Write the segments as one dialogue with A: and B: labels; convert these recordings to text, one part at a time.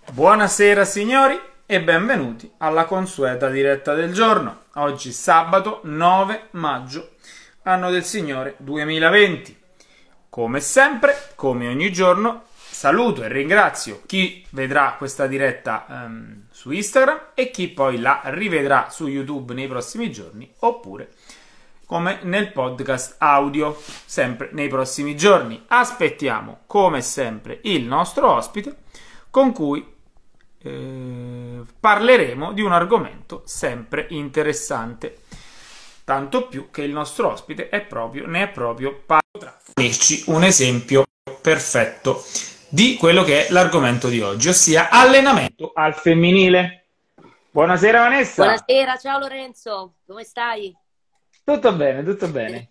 A: Buonasera signori e benvenuti alla consueta diretta del giorno. Oggi sabato 9 maggio, anno del Signore 2020. Come sempre, come ogni giorno, saluto e ringrazio chi vedrà questa diretta su Instagram e chi poi la rivedrà su YouTube nei prossimi giorni oppure come nel podcast audio sempre nei prossimi giorni. Aspettiamo come sempre il nostro ospite con cui parleremo di un argomento sempre interessante, tanto più che il nostro ospite ne è proprio potrà fornirci un esempio perfetto di quello che è l'argomento di oggi, ossia allenamento al femminile. Buonasera Vanessa.
B: Buonasera, ciao Lorenzo, come stai?
A: Tutto bene, tutto bene.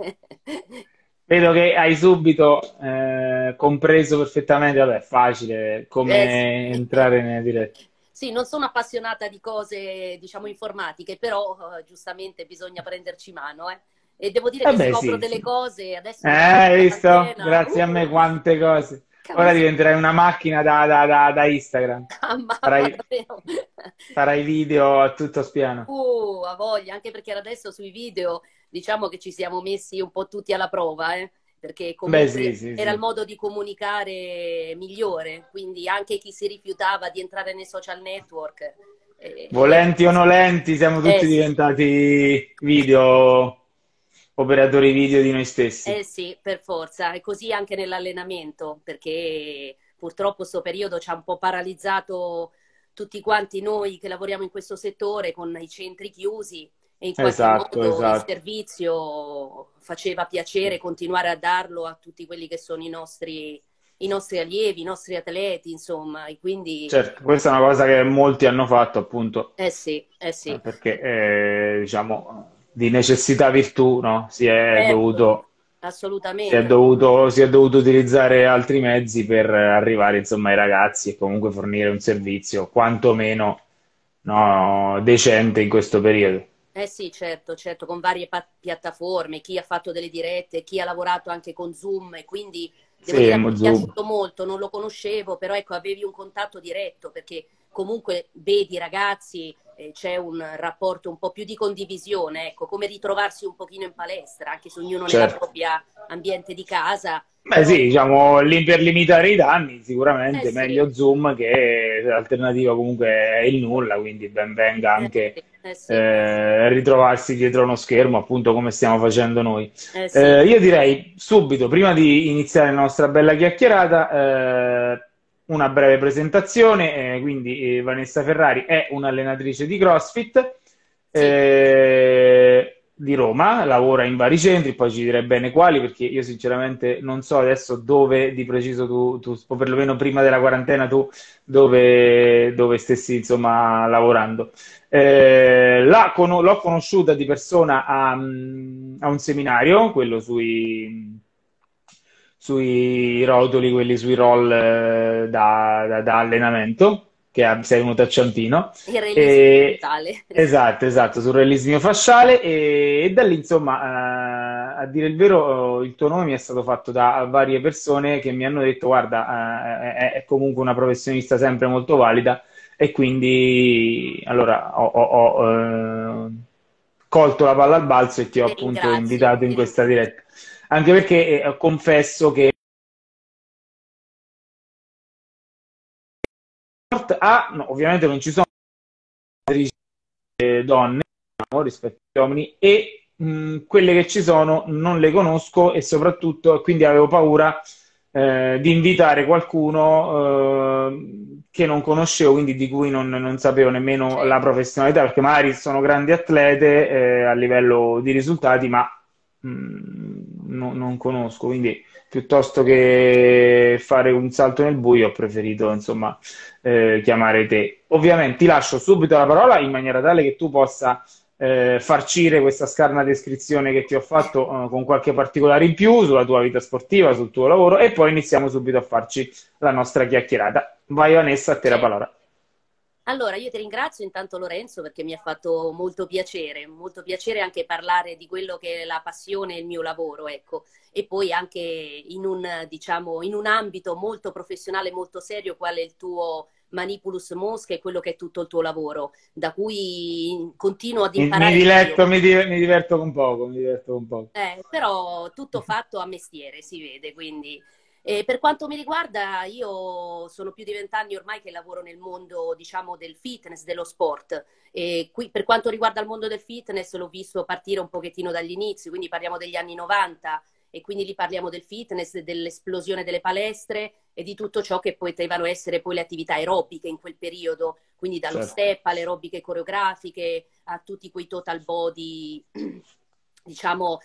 A: Vedo che hai subito compreso perfettamente, vabbè, è facile come
B: Sì.
A: entrare nella diretta.
B: Sì, non sono appassionata di cose, diciamo, informatiche, però giustamente bisogna prenderci mano, eh. E devo dire
A: Eh
B: che
A: beh,
B: scopro
A: sì,
B: delle
A: sì.
B: cose, adesso in
A: Hai visto?
B: quarantena,
A: Grazie a me quante cose. Ora
B: cavolo,
A: diventerai una macchina da Instagram.
B: mamma
A: Farai,
B: mia.
A: farai video a tutto spiano.
B: Ha voglia, anche perché adesso sui video diciamo che ci siamo messi un po' tutti alla prova, perché
A: Beh, sì,
B: comunque
A: sì,
B: era il
A: sì.
B: modo di comunicare migliore, quindi anche chi si rifiutava di entrare nei social network, poi...
A: Volenti o nolenti, siamo tutti
B: Sì.
A: diventati video, operatori video di noi stessi.
B: Eh sì, per forza, e così anche nell'allenamento, perché purtroppo questo periodo ci ha un po' paralizzato tutti quanti noi che lavoriamo in questo settore con i centri chiusi e in qualche
A: Esatto,
B: modo il
A: esatto.
B: servizio faceva piacere continuare a darlo a tutti quelli che sono i nostri allievi, i nostri atleti, insomma, e quindi
A: Certo, questa è una cosa che molti hanno fatto, appunto,
B: eh sì, eh sì,
A: perché diciamo di necessità virtù, no?
B: certo, assolutamente.
A: Si è dovuto utilizzare altri mezzi per arrivare, insomma, ai ragazzi e comunque fornire un servizio quantomeno, no, decente in questo periodo.
B: Eh sì, certo, certo, con varie piattaforme, chi ha fatto delle dirette, chi ha lavorato anche con Zoom e quindi devo
A: Sì,
B: dire mi è
A: Zoom,
B: piaciuto molto, non lo conoscevo, però ecco, avevi un contatto diretto perché comunque vedi ragazzi, c'è un rapporto un po' più di condivisione, ecco, come ritrovarsi un pochino in palestra, anche se ognuno nella
A: certo.
B: propria ambiente di casa,
A: Beh,
B: però
A: sì,
B: ecco,
A: diciamo, lì per limitare i danni,
B: eh
A: sicuramente
B: sì,
A: meglio Zoom che l'alternativa comunque è il nulla, quindi ben venga anche
B: sì, sì,
A: ritrovarsi dietro uno schermo, appunto come stiamo facendo noi.
B: sì,
A: Io direi subito, prima di iniziare la nostra bella chiacchierata, una breve presentazione. Quindi Vanessa Ferrari è un'allenatrice di CrossFit
B: sì,
A: di Roma, lavora in vari centri, poi ci direi bene quali, perché io sinceramente non so adesso dove di preciso o perlomeno prima della quarantena tu dove stessi insomma lavorando. L'ho conosciuta di persona a un seminario, quello sui rotoli, quelli sui roll da allenamento, sei venuto a Ciampino.
B: il release
A: E,
B: totale.
A: esatto, esatto, sul realismo fasciale e da lì, insomma, a dire il vero, il tuo nome mi è stato fatto da varie persone che mi hanno detto, guarda, è comunque una professionista sempre molto valida e quindi allora colto la palla al balzo e ti ho
B: Ti
A: appunto
B: ringrazio,
A: invitato in
B: ti
A: questa
B: ringrazio.
A: diretta. Anche perché confesso che no, ovviamente non ci sono donne no, rispetto agli uomini e quelle che ci sono non le conosco e soprattutto quindi avevo paura di invitare qualcuno che non conoscevo, quindi di cui non sapevo nemmeno la
B: Certo.
A: professionalità, perché magari sono grandi atlete a livello di risultati, ma non conosco, quindi piuttosto che fare un salto nel buio ho preferito insomma chiamare te. Ovviamente ti lascio subito la parola in maniera tale che tu possa farcire questa scarna descrizione che ti ho fatto con qualche particolare in più sulla tua vita sportiva, sul tuo lavoro e poi iniziamo subito a farci la nostra chiacchierata. Vai Vanessa, a te la
B: Certo.
A: parola.
B: Allora, io ti ringrazio intanto Lorenzo perché mi ha fatto molto piacere anche parlare di quello che è la passione e il mio lavoro, ecco, e poi anche in un, diciamo, in un ambito molto professionale, molto serio, quale è il tuo Manipulus Mosca e quello che è tutto il tuo lavoro, da cui continuo ad
A: Mi
B: imparare anch'io.
A: diletto, mi diverto con poco, mi diverto con poco.
B: Però tutto fatto a mestiere, si vede, quindi. Per quanto mi riguarda, io sono più di 20 anni ormai che lavoro nel mondo, diciamo, del fitness, dello sport. E qui, per quanto riguarda il mondo del fitness, l'ho visto partire un pochettino dagli inizi, quindi parliamo degli anni 90 e quindi lì parliamo del fitness, dell'esplosione delle palestre e di tutto ciò che potevano essere poi le attività aerobiche in quel periodo, quindi dallo
A: Certo.
B: step alle aerobiche coreografiche a tutti quei total body, diciamo,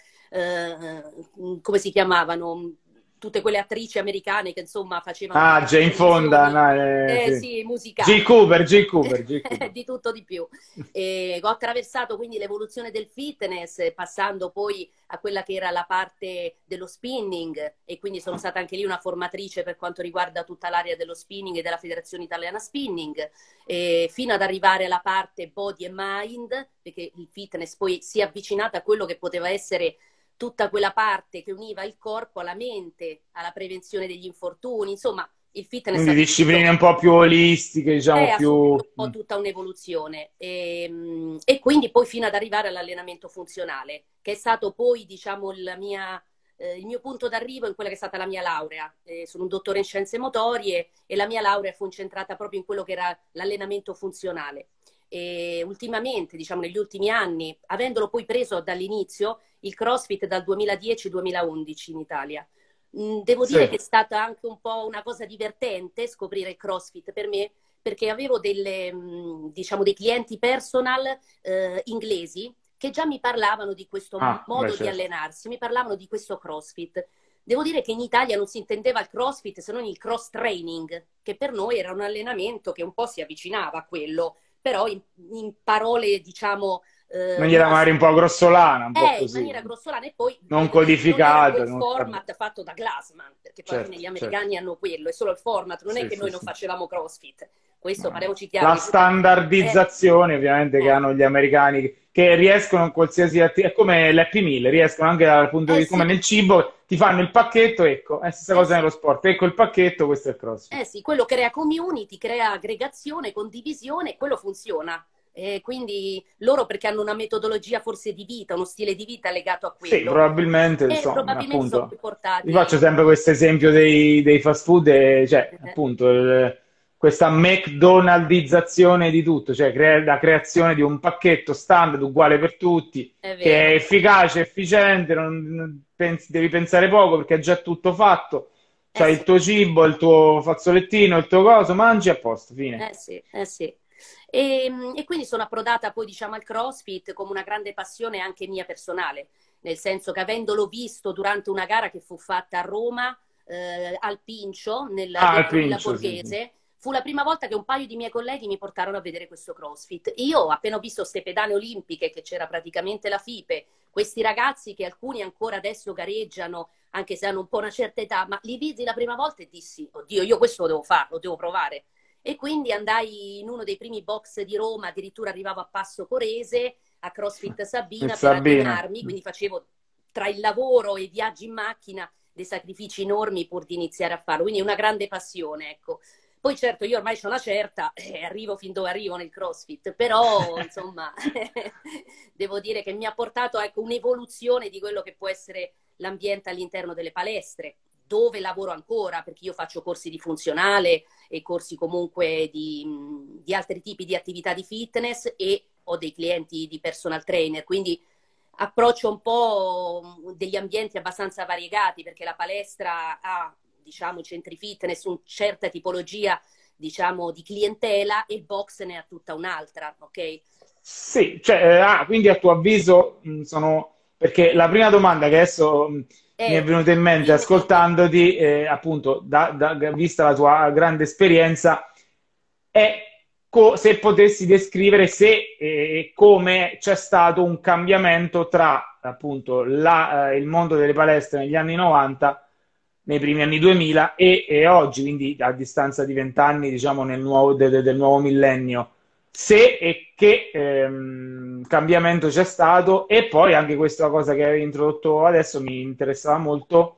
B: come si chiamavano? Tutte quelle attrici americane che insomma facevano
A: Ah,
B: quelle
A: Jane Fonda,
B: trasmissioni,
A: no, sì.
B: sì,
A: G.
B: musicali,
A: Cooper, G. Cooper, G. Cooper.
B: di tutto di più. E ho attraversato quindi l'evoluzione del fitness, passando poi a quella che era la parte dello spinning, e quindi sono stata anche lì una formatrice per quanto riguarda tutta l'area dello spinning e della Federazione Italiana Spinning, fino ad arrivare alla parte body e mind, perché il fitness poi si è avvicinato a quello che poteva essere tutta quella parte che univa il corpo alla mente, alla prevenzione degli infortuni, insomma, il fitness
A: Quindi
B: ha
A: discipline
B: subito
A: un po' più olistiche, diciamo
B: ha
A: più...
B: subito un po' tutta un'evoluzione e quindi poi fino ad arrivare all'allenamento funzionale, che è stato poi, diciamo, il mio punto d'arrivo in quella che è stata la mia laurea. Sono un dottore in scienze motorie e la mia laurea fu incentrata proprio in quello che era l'allenamento funzionale. E ultimamente, diciamo negli ultimi anni, avendolo poi preso dall'inizio, il CrossFit dal 2010-2011 in Italia. Devo dire
A: Sì.
B: che è stata anche un po' una cosa divertente scoprire il CrossFit per me, perché avevo diciamo, dei clienti personal inglesi che già mi parlavano di questo
A: Ah, beh,
B: modo di
A: certo.
B: allenarsi, mi parlavano di questo CrossFit. Devo dire che in Italia non si intendeva il CrossFit se non il cross training, che per noi era un allenamento che un po' si avvicinava a quello, però in parole, diciamo,
A: In maniera magari
B: nostre.
A: un po' grossolana, un po'
B: In
A: così.
B: maniera grossolana, e poi
A: Non
B: devo dire che non era
A: codificata.
B: quel format fatto da Glassman, perché poi alla fine
A: Certo,
B: gli
A: certo.
B: americani hanno quello, è solo il format, non è
A: Sì,
B: che
A: sì,
B: noi non
A: sì.
B: facevamo CrossFit. Questo,
A: No.
B: parliamoci
A: La
B: chiaro,
A: standardizzazione ovviamente che
B: eh,
A: hanno gli americani che riescono in qualsiasi attività, è come l'Happy Meal, riescono anche dal punto di
B: eh
A: vista, come
B: sì,
A: nel cibo, ti fanno il pacchetto, ecco, è la stessa
B: eh
A: cosa
B: sì.
A: nello sport, ecco il pacchetto, questo è il CrossFit.
B: Eh sì, quello crea community, crea aggregazione, condivisione, e quello funziona. Quindi loro perché hanno una metodologia forse di vita, uno stile di vita legato a
A: Sì,
B: quello,
A: probabilmente,
B: e
A: insomma,
B: probabilmente sono più
A: appunto, vi faccio
B: portati.
A: sempre questo esempio dei fast food, cioè, appunto, questa McDonaldizzazione di tutto, cioè la creazione di un pacchetto standard uguale per tutti,
B: È
A: che è
B: vero.
A: efficace, efficiente, devi pensare poco perché è già tutto fatto,
B: Eh
A: c'hai il
B: sì.
A: tuo cibo, il tuo fazzolettino, il tuo coso, mangi a posto, fine.
B: Eh sì, eh sì. E quindi sono approdata poi, diciamo, al CrossFit come una grande passione anche mia personale, nel senso che avendolo visto durante una gara che fu fatta a Roma, al Pincio,
A: Ah, il
B: dentro Villa
A: pincio, sì, sì.
B: Borghese, fu la prima volta che un paio di miei colleghi mi portarono a vedere questo CrossFit. Io, appena ho visto queste pedane olimpiche, che c'era praticamente la FIPE, questi ragazzi che alcuni ancora adesso gareggiano, anche se hanno un po' una certa età, ma li vidi la prima volta e dissi, oddio, io questo lo devo fare, lo devo provare. E quindi andai in uno dei primi box di Roma, addirittura arrivavo a Passo Corese, a CrossFit
A: Il
B: Sabina per
A: Sabina.
B: allenarmi, quindi facevo tra il lavoro e i viaggi in macchina dei sacrifici enormi pur di iniziare a farlo, quindi è una grande passione, ecco. Poi certo io ormai ho una certa, arrivo fin dove arrivo nel CrossFit, però insomma devo dire che mi ha portato, ecco, un'evoluzione di quello che può essere l'ambiente all'interno delle palestre, dove lavoro ancora, perché io faccio corsi di funzionale e corsi comunque di altri tipi di attività di fitness, e ho dei clienti di personal trainer, quindi approccio un po' degli ambienti abbastanza variegati, perché la palestra ha, diciamo, i centri fitness, una certa tipologia, diciamo, di clientela, e il box ne ha tutta un'altra, ok?
A: Sì, cioè, quindi a tuo avviso sono... Perché la prima domanda che adesso mi è venuta in mente
B: Dimmi, dimmi.
A: ascoltandoti, appunto, vista la tua grande esperienza, è se potessi descrivere se e come c'è stato un cambiamento tra appunto il mondo delle palestre negli anni 90, nei primi anni 2000 e oggi, quindi a distanza di 20 anni, diciamo, nel nuovo, del nuovo millennio. se e che cambiamento c'è stato, e poi anche questa cosa che avevi introdotto adesso mi interessava molto,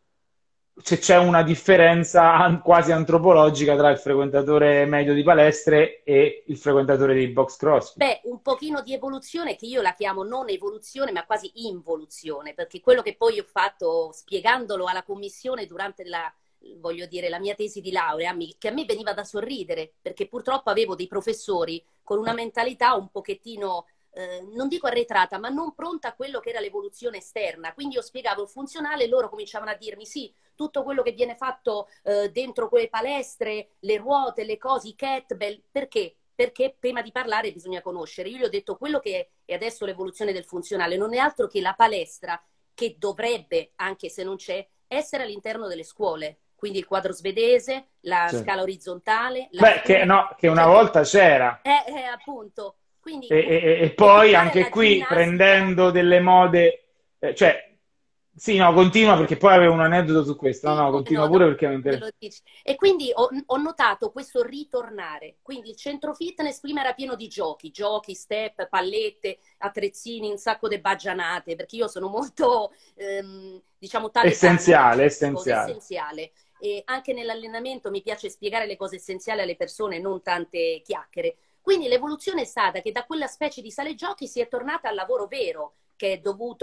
A: se c'è una differenza quasi antropologica tra il frequentatore medio di palestre e il frequentatore dei box CrossFit.
B: Beh, un pochino di evoluzione che io la chiamo non evoluzione, ma quasi involuzione, perché quello che poi ho fatto spiegandolo alla commissione durante voglio dire, la mia tesi di laurea, che a me veniva da sorridere, perché purtroppo avevo dei professori con una mentalità un pochettino, non dico arretrata, ma non pronta a quello che era l'evoluzione esterna. Quindi io spiegavo il funzionale e loro cominciavano a dirmi sì, tutto quello che viene fatto dentro quelle palestre, le ruote, le cose, i kettlebell, perché? Perché prima di parlare bisogna conoscere. Io gli ho detto quello che è adesso l'evoluzione del funzionale non è altro che la palestra che dovrebbe, anche se non c'è, essere all'interno delle scuole. Quindi il quadro svedese, la
A: Cioè,
B: scala orizzontale, la
A: beh, che,
B: fuga,
A: no, che una
B: cioè,
A: volta c'era.
B: appunto. Quindi
A: E poi
B: educare
A: anche
B: alla
A: qui
B: ginnastica.
A: prendendo delle mode, cioè, sì, no, continua perché poi avevo un aneddoto su questo. No,
B: Sì,
A: no,
B: come
A: continua
B: no,
A: pure
B: dopo
A: perché mi
B: me
A: interessa.
B: lo dici. E quindi ho notato questo ritornare. Quindi il centro fitness prima era pieno di giochi, step, pallette, attrezzini, un sacco di baggianate, perché io sono molto, diciamo, taletana per
A: Essenziale,
B: certe cose,
A: essenziale.
B: essenziale. E anche nell'allenamento mi piace spiegare le cose essenziali alle persone, non tante chiacchiere. Quindi l'evoluzione è stata che da quella specie di sale giochi si è tornata al lavoro vero, che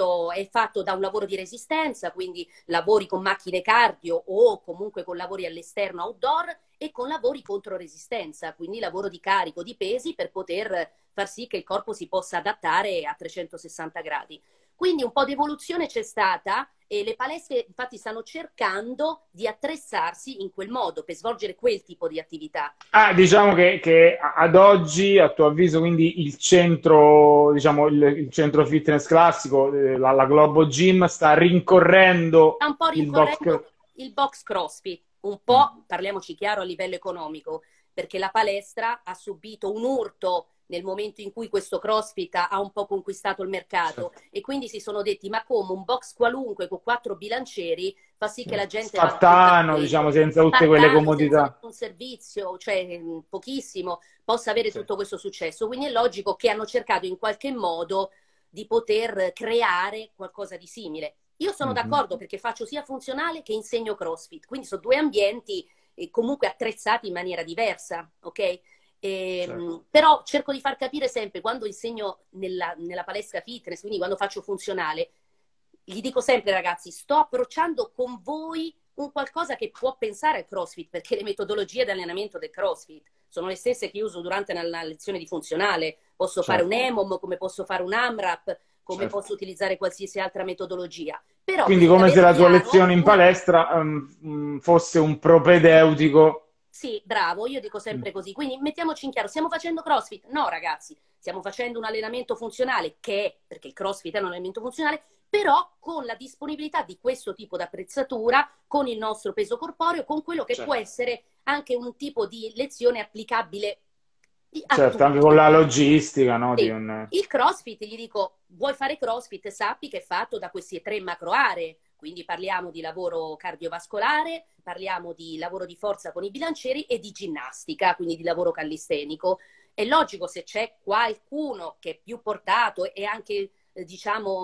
B: è fatto da un lavoro di resistenza, quindi lavori con macchine cardio o comunque con lavori all'esterno outdoor e con lavori contro resistenza, quindi lavoro di carico di pesi per poter far sì che il corpo si possa adattare a 360 gradi. Quindi un po' di evoluzione c'è stata e le palestre infatti stanno cercando di attrezzarsi in quel modo per svolgere quel tipo di attività.
A: Ah, diciamo che ad oggi, a tuo avviso, quindi il centro, diciamo, il centro fitness classico, la Globo Gym, sta rincorrendo
B: Sta un po'
A: il box.
B: rincorrendo il box CrossFit, un
A: Mm,
B: po', parliamoci chiaro, a livello economico, perché la palestra ha subito un urto nel momento in cui questo CrossFit ha un po' conquistato il mercato
A: certo,
B: e quindi si sono detti ma come un box qualunque con quattro bilancieri fa sì che la
A: certo.
B: gente vada senza
A: Spartano, diciamo,
B: quello,
A: senza tutte quelle
B: spartano, senza
A: comodità.
B: nessun servizio, cioè pochissimo, possa avere
A: Sì.
B: tutto questo successo. Quindi è logico che hanno cercato in qualche modo di poter creare qualcosa di simile. Io sono
A: Mhm.
B: d'accordo perché faccio sia funzionale che insegno CrossFit, quindi sono due ambienti comunque attrezzati in maniera diversa, ok?
A: Certo.
B: Però cerco di far capire sempre quando insegno nella palestra fitness, quindi quando faccio funzionale, gli dico sempre ragazzi, sto approcciando con voi un qualcosa che può pensare al CrossFit, perché le metodologie di allenamento del CrossFit sono le stesse che uso durante una lezione di funzionale. Posso fare un
A: Certo,
B: EMOM, come posso fare un AMRAP, come
A: certo.
B: posso utilizzare qualsiasi altra metodologia. Però
A: Quindi
B: bisogna
A: come se
B: aver
A: la tua
B: chiaro
A: lezione in
B: una cosa.
A: palestra fosse un propedeutico.
B: Sì, bravo, io dico
A: Mm,
B: sempre così. Quindi mettiamoci in chiaro, stiamo facendo CrossFit? No, ragazzi, stiamo facendo un allenamento funzionale che è, perché il CrossFit è un allenamento funzionale, però con la disponibilità di questo tipo di attrezzatura, con il nostro peso corporeo, con quello che può
A: certo.
B: essere anche un tipo di lezione applicabile a
A: Certo, anche con
B: tutti.
A: la logistica, no, di
B: Sì.
A: un.
B: Il CrossFit, gli dico, vuoi fare CrossFit? Sappi che è fatto da queste tre macro aree. Quindi parliamo di lavoro cardiovascolare, parliamo di lavoro di forza con i bilancieri e di ginnastica, quindi di lavoro callistenico. È logico se c'è qualcuno che è più portato e anche, diciamo,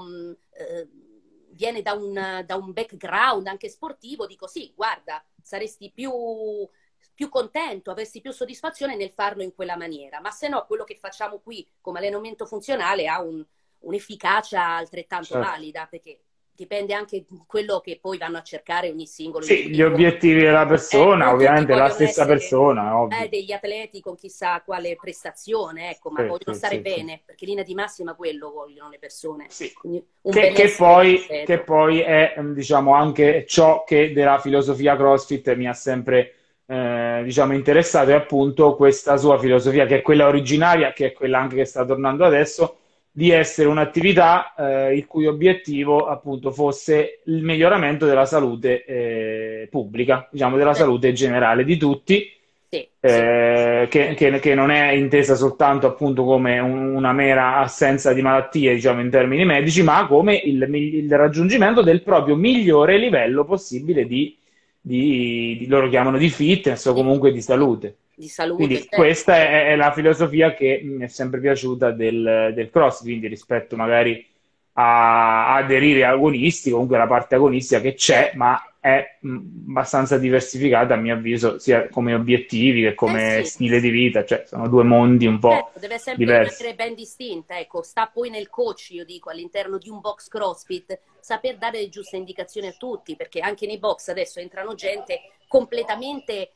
B: viene da un background anche sportivo, dico sì, guarda, saresti più contento, avresti più soddisfazione nel farlo in quella maniera. Ma se no, quello che facciamo qui come allenamento funzionale ha un'efficacia altrettanto
A: Certo.
B: valida, perché dipende anche da quello che poi vanno a cercare ogni singolo
A: Sì, gli
B: individuo.
A: obiettivi della persona,
B: Non tutti
A: ovviamente la
B: vogliono
A: stessa
B: essere
A: persona, ovvio.
B: degli atleti con chissà quale prestazione, ecco, ma
A: Sì,
B: vogliono
A: sì,
B: stare
A: sì, sì.
B: bene, perché in linea di massima quello vogliono le persone,
A: Sì.
B: quindi un
A: Che, che
B: benessere
A: poi, che
B: completo.
A: poi è, diciamo, anche ciò che della filosofia CrossFit mi ha sempre, diciamo, interessato, è appunto questa sua filosofia, che è quella originaria, che è quella anche che sta tornando adesso, di essere un'attività, il cui obiettivo, appunto, fosse il miglioramento della salute, pubblica, diciamo, della
B: Cioè,
A: salute generale di tutti,
B: sì, sì.
A: che non è intesa soltanto appunto come una mera assenza di malattie, diciamo in termini medici, ma come il raggiungimento del proprio migliore livello possibile loro chiamano di fitness o
B: Di
A: comunque di
B: fitness, sì.
A: salute.
B: di salute,
A: Quindi
B: certo.
A: questa è la filosofia che mi è sempre piaciuta del cross, quindi rispetto magari a aderire agonisti, comunque la parte agonistica che c'è,
B: Certo.
A: ma è abbastanza diversificata a mio avviso, sia come obiettivi che
B: Eh
A: come
B: sì,
A: stile di vita, cioè sono due mondi un po'
B: certo, deve sempre
A: diversi.
B: rimanere ben distinta, ecco, sta poi nel coach, io dico, all'interno di un box CrossFit, saper dare le giuste indicazioni a tutti, perché anche nei box adesso entrano gente completamente,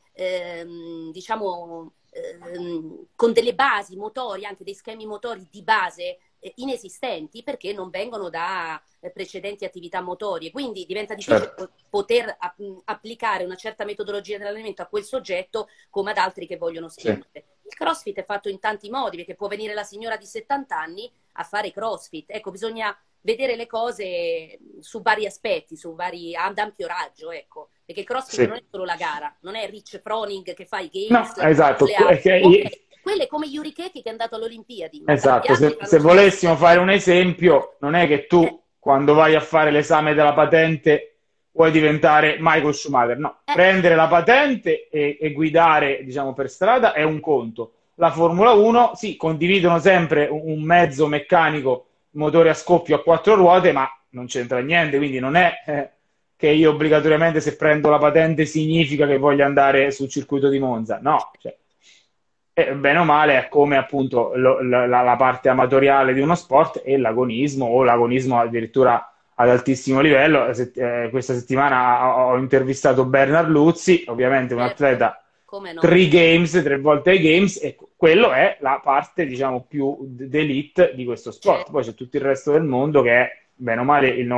B: diciamo, con delle basi motori, anche dei schemi motori di base inesistenti, perché non vengono da precedenti attività motorie, quindi diventa difficile
A: Certo,
B: poter applicare una certa metodologia di allenamento a quel soggetto come ad altri che vogliono
A: sì,
B: spingere. Il CrossFit è fatto in tanti modi, perché può venire la signora di 70 anni a fare CrossFit. Ecco, bisogna vedere le cose su vari aspetti, ad ampio raggio, ecco. Perché il CrossFit non
A: sì.
B: è solo la gara, non è Rich Froning che fa i games,
A: No, esatto,
B: le altre. Ok,
A: che
B: quelle come Yuri Keki che è andato alle Olimpiadi, ma tanti
A: esatto,
B: altri
A: se
B: fanno CrossFit.
A: volessimo fare un esempio, non è che
B: Eh,
A: tu quando vai a fare l'esame della patente vuoi diventare Michael Schumacher, no,
B: eh,
A: prendere la patente e guidare, diciamo, per strada è un conto. La Formula 1, sì, condividono sempre un mezzo meccanico, motore a scoppio a quattro ruote, ma non c'entra niente, quindi non è che io obbligatoriamente se prendo la patente significa che voglio andare sul circuito di Monza, no, cioè, bene o male è come appunto la parte amatoriale di uno sport e l'agonismo o l'agonismo addirittura ad altissimo livello. Questa settimana ho intervistato Bernard Luzzi, ovviamente un
B: certo,
A: atleta
B: come no.
A: tre games, tre volte ai games, e quello è la parte diciamo più d'elite di questo sport. Poi
B: Certo.
A: c'è tutto il resto del mondo che è bene o male il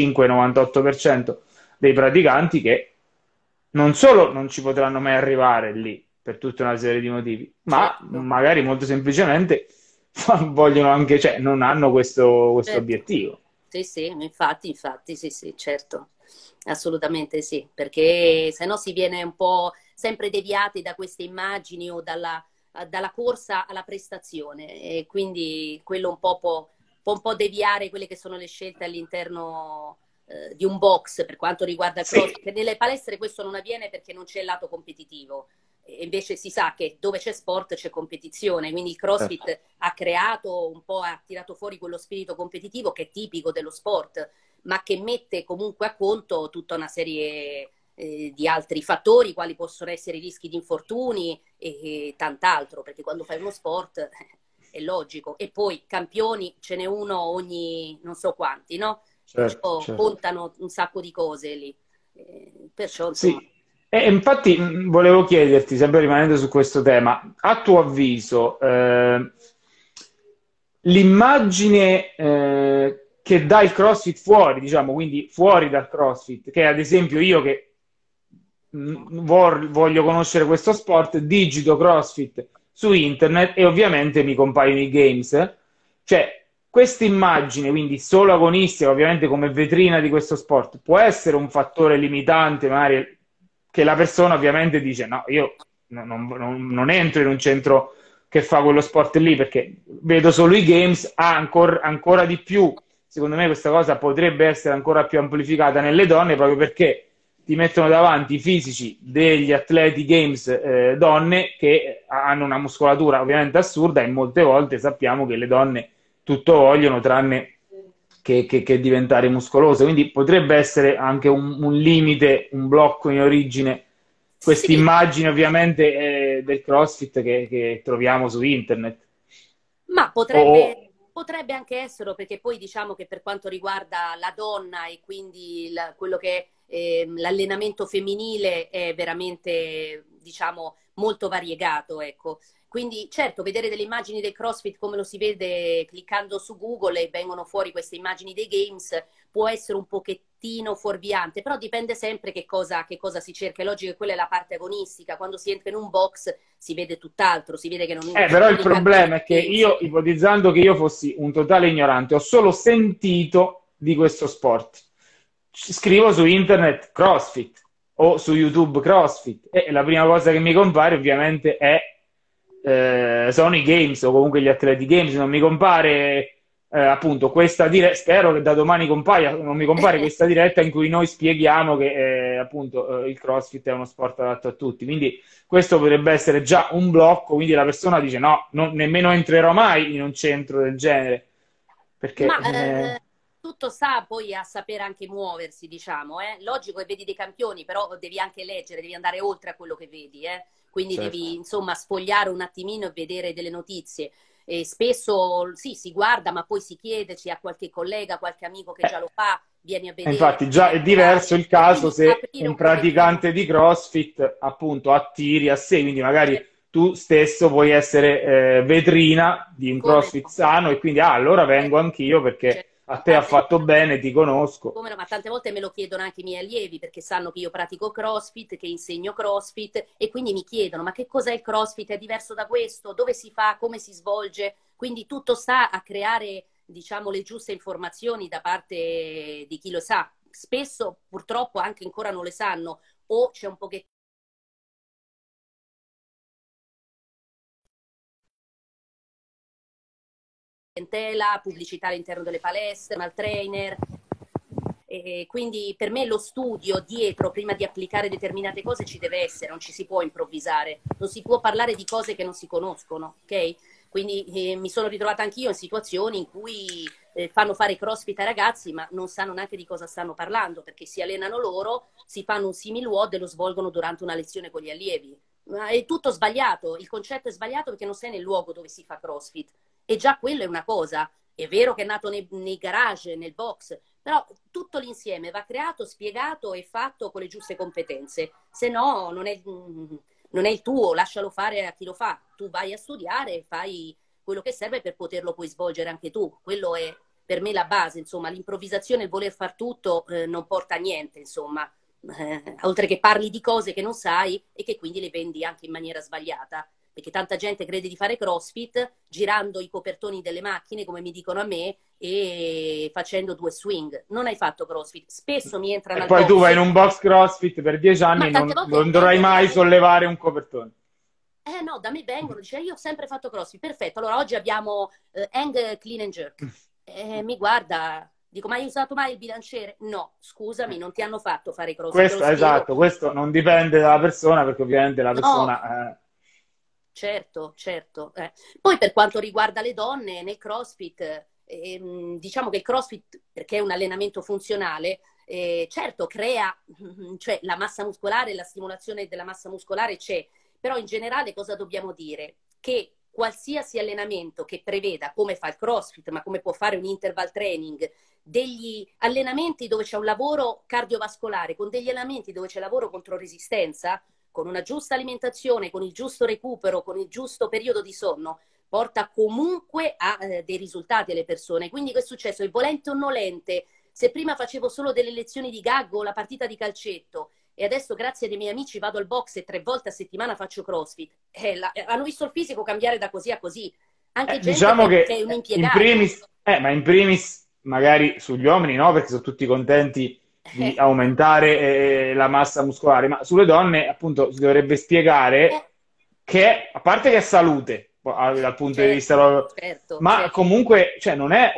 A: 95-98% dei praticanti che non solo non ci potranno mai arrivare lì per tutta una serie di motivi, ma
B: Certo,
A: magari molto semplicemente vogliono anche, cioè non hanno questo
B: certo.
A: obiettivo.
B: Sì, sì, infatti, sì, sì, certo, assolutamente sì, perché se no si viene un po' sempre deviati da queste immagini o dalla corsa alla prestazione e quindi quello un po' può un po' deviare quelle che sono le scelte all'interno di un box per quanto riguarda il
A: Sì,
B: CrossFit. Nelle palestre questo non avviene perché non c'è il lato competitivo. E invece si sa che dove c'è sport c'è competizione, quindi il
A: certo.
B: CrossFit ha creato un po', ha tirato fuori quello spirito competitivo che è tipico dello sport, ma che mette comunque a conto tutta una serie di altri fattori, quali possono essere i rischi di infortuni e tant'altro, perché quando fai uno sport è logico. E poi campioni ce n'è uno ogni non so quanti, no?
A: Certo,
B: Perciò
A: certo.
B: contano un sacco di cose lì. Perciò, insomma,
A: Sì, e infatti volevo chiederti, sempre rimanendo su questo tema, a tuo avviso, l'immagine che dà il CrossFit fuori, diciamo, quindi fuori dal CrossFit, che ad esempio io che voglio conoscere questo sport, digito CrossFit su internet e ovviamente mi compaiono i games, cioè questa immagine, quindi solo agonistica, ovviamente come vetrina di questo sport, può essere un fattore limitante, magari che la persona ovviamente dice no, io non entro in un centro che fa quello sport lì perché vedo solo i games, ancora di più. Secondo me questa cosa potrebbe essere ancora più amplificata nelle donne proprio perché ti mettono davanti i fisici degli atleti games donne che hanno una muscolatura ovviamente assurda e molte volte sappiamo che le donne tutto vogliono tranne che diventare muscolose. Quindi potrebbe essere anche un limite, un blocco in origine, queste
B: sì.
A: immagini ovviamente del CrossFit che troviamo su internet.
B: Ma
A: O,
B: potrebbe anche essere, perché poi diciamo che per quanto riguarda la donna e quindi quello che è l'allenamento femminile è veramente, diciamo, molto variegato, ecco. Quindi certo, vedere delle immagini del CrossFit come lo si vede cliccando su Google e vengono fuori queste immagini dei games può essere un pochettino fuorviante, però dipende sempre che cosa si cerca. È logico che quella è la parte agonistica, quando si entra in un box si vede tutt'altro, si vede che non ci
A: però il
B: sono i campioni
A: problema è che
B: dei games.
A: io, ipotizzando che io fossi un totale ignorante, ho solo sentito di questo sport. Scrivo su internet CrossFit o su YouTube CrossFit e la prima cosa che mi compare ovviamente sono i games o comunque gli atleti games, non mi compare appunto questa diretta, spero che da domani compaia, non mi compare questa diretta in cui noi spieghiamo che appunto il CrossFit è uno sport adatto a tutti, quindi questo potrebbe essere già un blocco, quindi la persona dice no, nemmeno entrerò mai in un centro del genere, perché
B: Ma tutto sta poi a sapere anche muoversi, diciamo, eh. Logico che vedi dei campioni, però devi anche leggere, devi andare oltre a quello che vedi, eh. Quindi
A: certo.
B: devi, insomma, sfogliare un attimino e vedere delle notizie. E spesso sì, si guarda, ma poi si chiede, c'è qualche collega, qualche amico che già lo fa, vieni a vedere,
A: Infatti già
B: vieni a
A: è diverso
B: provare.
A: il
B: E
A: caso
B: quindi
A: se
B: aprire
A: un
B: un pochettino.
A: praticante di CrossFit appunto attiri a sé, quindi magari tu stesso puoi essere vetrina di un
B: Come
A: CrossFit
B: no?
A: sano e quindi allora vengo
B: Certo,
A: anch'io perché
B: certo.
A: a te ha
B: Tante
A: fatto bene, ti conosco.
B: Come no, ma tante volte me lo chiedono anche i miei allievi perché sanno che io pratico CrossFit, che insegno CrossFit e quindi mi chiedono ma che cos'è il CrossFit? È diverso da questo? Dove si fa? Come si svolge? Quindi tutto sta a creare, diciamo, le giuste informazioni da parte di chi lo sa. Spesso purtroppo anche ancora non le sanno o c'è un pochettino di clientela, pubblicità all'interno delle palestre, mal trainer. E quindi per me lo studio dietro, prima di applicare determinate cose, ci deve essere, non ci si può improvvisare, non si può parlare di cose che non si conoscono, ok? Quindi mi sono ritrovata anch'io in situazioni in cui fanno fare CrossFit ai ragazzi, ma non sanno neanche di cosa stanno parlando, perché si allenano loro, si fanno un simil WOD e lo svolgono durante una lezione con gli allievi. Ma è tutto sbagliato, il concetto è sbagliato perché non sei nel luogo dove si fa CrossFit. E già quello è una cosa. È vero che è nato nei garage, nel box, però tutto l'insieme va creato, spiegato e fatto con le giuste competenze. Se no, non è il tuo, lascialo fare a chi lo fa. Tu vai a studiare e fai quello che serve per poterlo poi svolgere anche tu. Quello è per me la base, insomma, l'improvvisazione, il voler far tutto non porta a niente, insomma. Oltre che parli di cose che non sai e che quindi le vendi anche in maniera sbagliata. Perché tanta gente crede di fare CrossFit girando i copertoni delle macchine, come mi dicono a me, e facendo 2 swing. Non hai fatto CrossFit. Spesso mi entrano
A: E
B: al
A: poi tu vai in
B: box,
A: un box CrossFit per 10 anni
B: ma
A: e
B: tante
A: non
B: volte
A: dovrai
B: vengono da
A: mai
B: me.
A: sollevare un copertone.
B: No, da me vengono, dice io ho sempre fatto CrossFit. Perfetto, allora oggi abbiamo hang, clean and jerk. Mi guarda, dico, ma hai usato mai il bilanciere? No, scusami, non ti hanno fatto fare CrossFit, te lo
A: Questo,
B: spiego.
A: esatto, questo non dipende dalla persona perché ovviamente la
B: No,
A: persona...
B: certo, certo. Poi per quanto riguarda le donne, nel CrossFit, diciamo che il CrossFit, perché è un allenamento funzionale, certo crea, cioè la massa muscolare, la stimolazione della massa muscolare c'è, però in generale cosa dobbiamo dire? Che qualsiasi allenamento che preveda, come fa il CrossFit, ma come può fare un interval training, degli allenamenti dove c'è un lavoro cardiovascolare, con degli allenamenti dove c'è lavoro contro resistenza, con una giusta alimentazione, con il giusto recupero, con il giusto periodo di sonno, porta comunque a dei risultati alle persone. Quindi che è successo? E volente o nolente, se prima facevo solo delle lezioni di gaggo, la partita di calcetto, e adesso grazie ai miei amici vado al box e 3 volte a settimana faccio CrossFit, hanno visto il fisico cambiare da così a così. Anche gente
A: Diciamo
B: che
A: che
B: è un
A: in
B: impiegato.
A: primis, ma in primis magari sugli uomini no, perché sono tutti contenti di
B: Eh,
A: aumentare la massa muscolare, ma sulle donne appunto si dovrebbe
B: eh,
A: spiegare che, a parte che è salute, dal punto di vista
B: certo,
A: proprio,
B: certo,
A: ma
B: certo.
A: comunque cioè, non è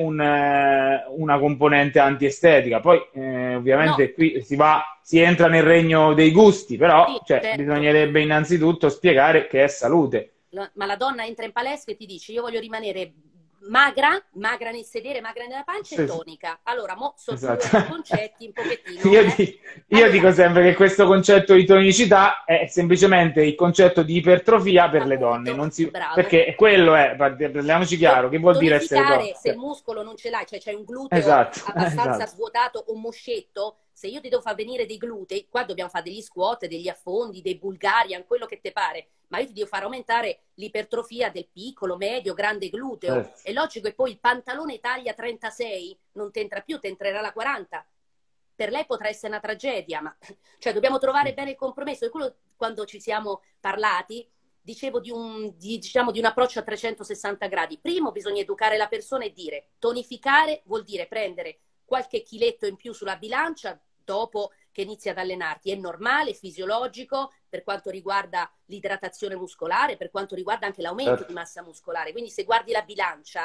A: una componente antiestetica. Poi
B: No,
A: ovviamente qui si entra nel regno dei gusti, però
B: sì,
A: cioè,
B: certo.
A: bisognerebbe innanzitutto spiegare che è salute.
B: Ma la donna entra in palestra e ti dice io voglio rimanere magra, magra nel sedere, magra nella pancia e
A: Sì, sì.
B: tonica. Allora, mo sono
A: Esatto.
B: 2 concetti un pochettino,
A: Io,
B: eh?
A: io
B: Allora,
A: dico sempre che questo concetto di tonicità è semplicemente il concetto di ipertrofia per le donne,
B: appunto, bravo.
A: perché quello è, parliamoci chiaro, che vuol dire essere
B: Tonificare
A: donna?
B: se il muscolo non ce l'hai, cioè c'è un gluteo
A: Esatto,
B: abbastanza
A: esatto.
B: svuotato o moscetto, se io ti devo far venire dei glutei, qua dobbiamo fare degli squat, degli affondi, dei Bulgarian, quello che ti pare, ma io ti devo far aumentare l'ipertrofia del piccolo, medio, grande gluteo.
A: Certo.
B: È logico che poi il pantalone taglia 36 non ti entra più, ti entrerà la 40. Per lei potrà essere una tragedia, ma cioè, dobbiamo trovare bene il compromesso. E quello quando ci siamo parlati dicevo diciamo, di un approccio a 360 gradi. Primo bisogna educare la persona e dire tonificare vuol dire prendere qualche chiletto in più sulla bilancia dopo che inizi ad allenarti. È normale, fisiologico per quanto riguarda l'idratazione muscolare, per quanto riguarda anche l'aumento di
A: Certo.
B: massa muscolare. Quindi se guardi la bilancia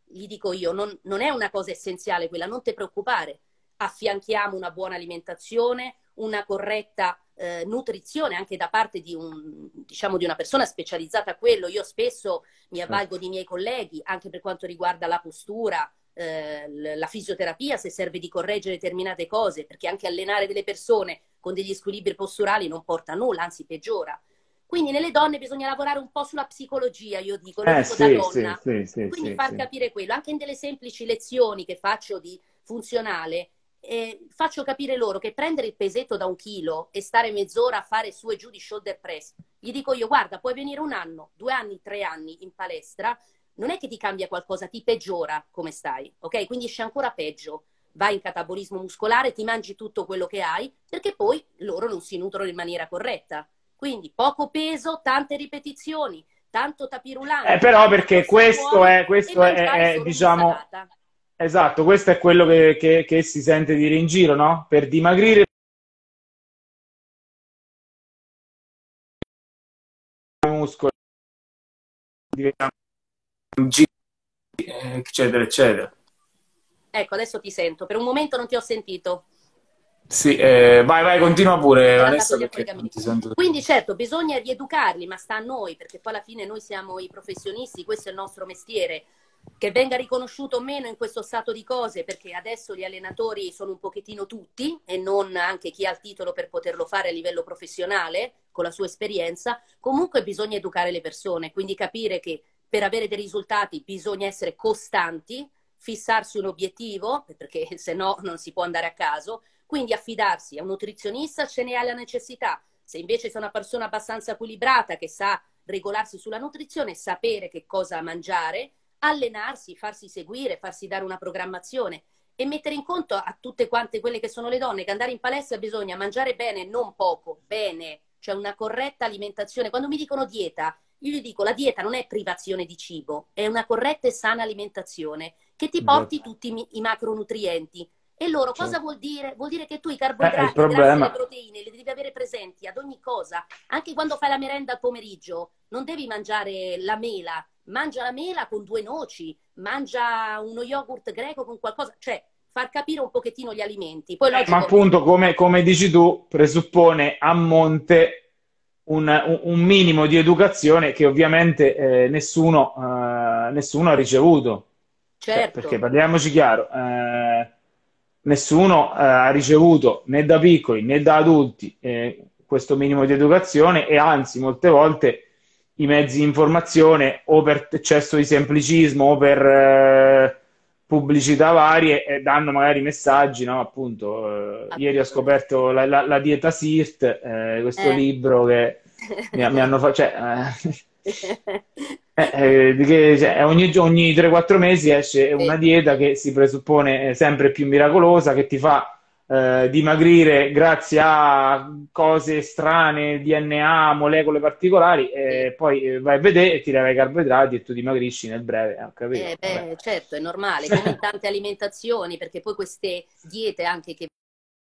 B: gli dico io, non è una cosa essenziale quella, non ti preoccupare, affianchiamo una buona alimentazione, una corretta nutrizione anche da parte di, diciamo, di una persona specializzata a quello. Io spesso mi avvalgo di miei colleghi anche per quanto riguarda la postura, la fisioterapia, se serve di correggere determinate cose, perché anche allenare delle persone con degli squilibri posturali non porta a nulla, anzi peggiora. Quindi nelle donne bisogna lavorare un po' sulla psicologia, io dico, lo dico da
A: sì, sì,
B: donna.
A: sì, sì,
B: Quindi
A: sì,
B: far
A: sì.
B: capire quello, anche in delle semplici lezioni che faccio di funzionale, faccio capire loro che prendere il pesetto da 1 chilo e stare mezz'ora a fare su e giù di shoulder press, gli dico io, guarda, puoi venire 1 anno, 2 anni, 3 anni in palestra, non è che ti cambia qualcosa, ti peggiora come stai, ok? Quindi esce ancora peggio, vai in catabolismo muscolare, ti mangi tutto quello che hai, perché poi loro non si nutrono in maniera corretta. Quindi poco peso, tante ripetizioni, tanto tapirulante,
A: Però
B: tanta
A: perché
B: corsa fuori e
A: questo
B: mangiare solo
A: diciamo,
B: un'insalata.
A: esatto, questo è quello che si sente dire in giro, no? Per dimagrire i muscoli diventano eccetera, eccetera.
B: Ecco, adesso ti sento. Per un momento non ti ho sentito.
A: Sì, vai, vai, continua pure,
B: Era andato
A: Vanessa,
B: via il
A: perché non ti
B: collegamento.
A: sento.
B: Quindi certo, bisogna rieducarli, ma sta a noi, perché poi alla fine noi siamo i professionisti, questo è il nostro mestiere. Che venga riconosciuto o meno in questo stato di cose, perché adesso gli allenatori sono un pochettino tutti e non anche chi ha il titolo per poterlo fare a livello professionale, con la sua esperienza, comunque bisogna educare le persone, quindi capire che per avere dei risultati bisogna essere costanti, fissarsi un obiettivo, perché se no non si può andare a caso, quindi affidarsi a un nutrizionista ce ne ha la necessità. Se invece sei una persona abbastanza equilibrata che sa regolarsi sulla nutrizione, sapere che cosa mangiare, allenarsi, farsi seguire, farsi dare una programmazione e mettere in conto a tutte quante quelle che sono le donne che andare in palestra bisogna mangiare bene, non poco, bene, cioè una corretta alimentazione. Quando mi dicono dieta, io gli dico la dieta non è privazione di cibo, è una corretta e sana alimentazione che ti porti
A: Esatto,
B: tutti i macronutrienti. E loro cosa
A: certo.
B: vuol dire? Vuol dire che tu i
A: Il
B: carboidrati, i grassi e le
A: problema,
B: proteine li devi avere presenti ad ogni cosa. Anche quando fai la merenda al pomeriggio, non devi mangiare la mela, mangia la mela con 2 noci, mangia uno yogurt greco con qualcosa, cioè far capire un pochettino gli alimenti. Poi
A: ma
B: logico,
A: appunto, come dici tu, presuppone a monte un minimo di educazione che ovviamente nessuno ha ricevuto. Cioè, perché
B: certo,
A: parliamoci chiaro, nessuno ha ricevuto né da piccoli né da adulti questo minimo di educazione e anzi, molte volte i mezzi di informazione o per eccesso di semplicismo o per pubblicità varie danno magari messaggi, no? Appunto, ieri ho
B: assolutamente.
A: scoperto la dieta SIRT, questo
B: Eh.
A: libro che mi hanno fatto, cioè, cioè, ogni 3-4 mesi esce una
B: Sì.
A: dieta che si presuppone sempre più miracolosa, che ti fa dimagrire grazie a cose strane, DNA, molecole particolari,
B: Sì.
A: e poi vai a vedere e ti leva i carboidrati e tu dimagrisci nel breve. Ho capito? Vabbè.
B: Beh, certo, è normale, come in tante alimentazioni, perché poi queste diete anche che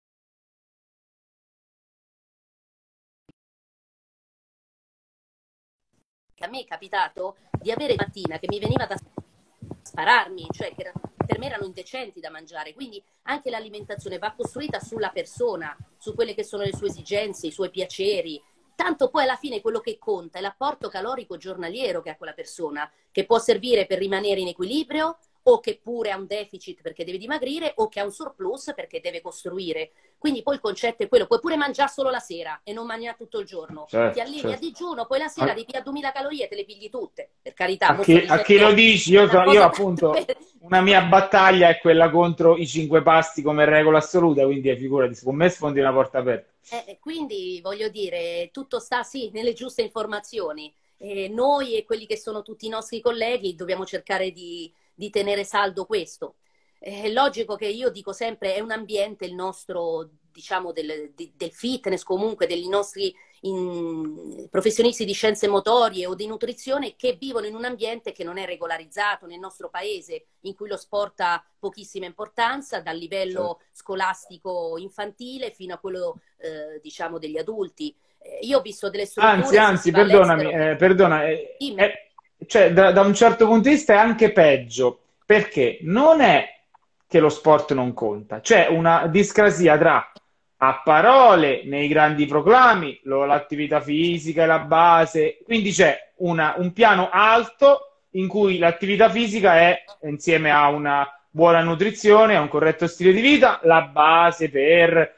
B: a me è capitato di avere mattina che mi veniva da spararmi, cioè che per me erano indecenti da mangiare, quindi anche l'alimentazione va costruita sulla persona, su quelle che sono le sue esigenze, i suoi piaceri, tanto poi alla fine quello che conta è l'apporto calorico giornaliero che ha quella persona, che può servire per rimanere in equilibrio o che pure ha un deficit perché deve dimagrire o che ha un surplus perché deve costruire. Quindi poi il concetto è quello, puoi pure mangiare solo la sera e non mangiare tutto il giorno. Ti
A: Certo,
B: alleni a
A: certo.
B: digiuno, poi la sera
A: A,
B: ripiedi a 2000 calorie e te le pigli tutte. Per carità, mo sto
A: a chi lo
B: dicendo
A: dici?
B: una
A: Io
B: cosa tanto
A: appunto
B: per...
A: una mia battaglia è quella contro i 5 pasti come regola assoluta, quindi figurati, con me sfondi una porta aperta.
B: Quindi voglio dire, tutto sta sì nelle giuste informazioni. Noi e quelli che sono tutti i nostri colleghi dobbiamo cercare di tenere saldo questo. È logico che io dico sempre è un ambiente il nostro, diciamo, del fitness, comunque dei nostri professionisti di scienze motorie o di nutrizione che vivono in un ambiente che non è regolarizzato nel nostro paese, in cui lo sport ha pochissima importanza, dal livello
A: Certo.
B: scolastico infantile fino a quello, diciamo, degli adulti. Io ho visto delle
A: Anzi,
B: strutture, se si
A: anzi,
B: va
A: perdonami,
B: all'estero, che...
A: perdona,
B: Dimmi.
A: cioè, da un certo punto di vista è anche peggio, perché non è che lo sport non conta, c'è una discrasia tra a parole, nei grandi proclami, l'attività fisica è la base, quindi c'è un piano alto in cui l'attività fisica è, insieme a una buona nutrizione, a un corretto stile di vita, la base per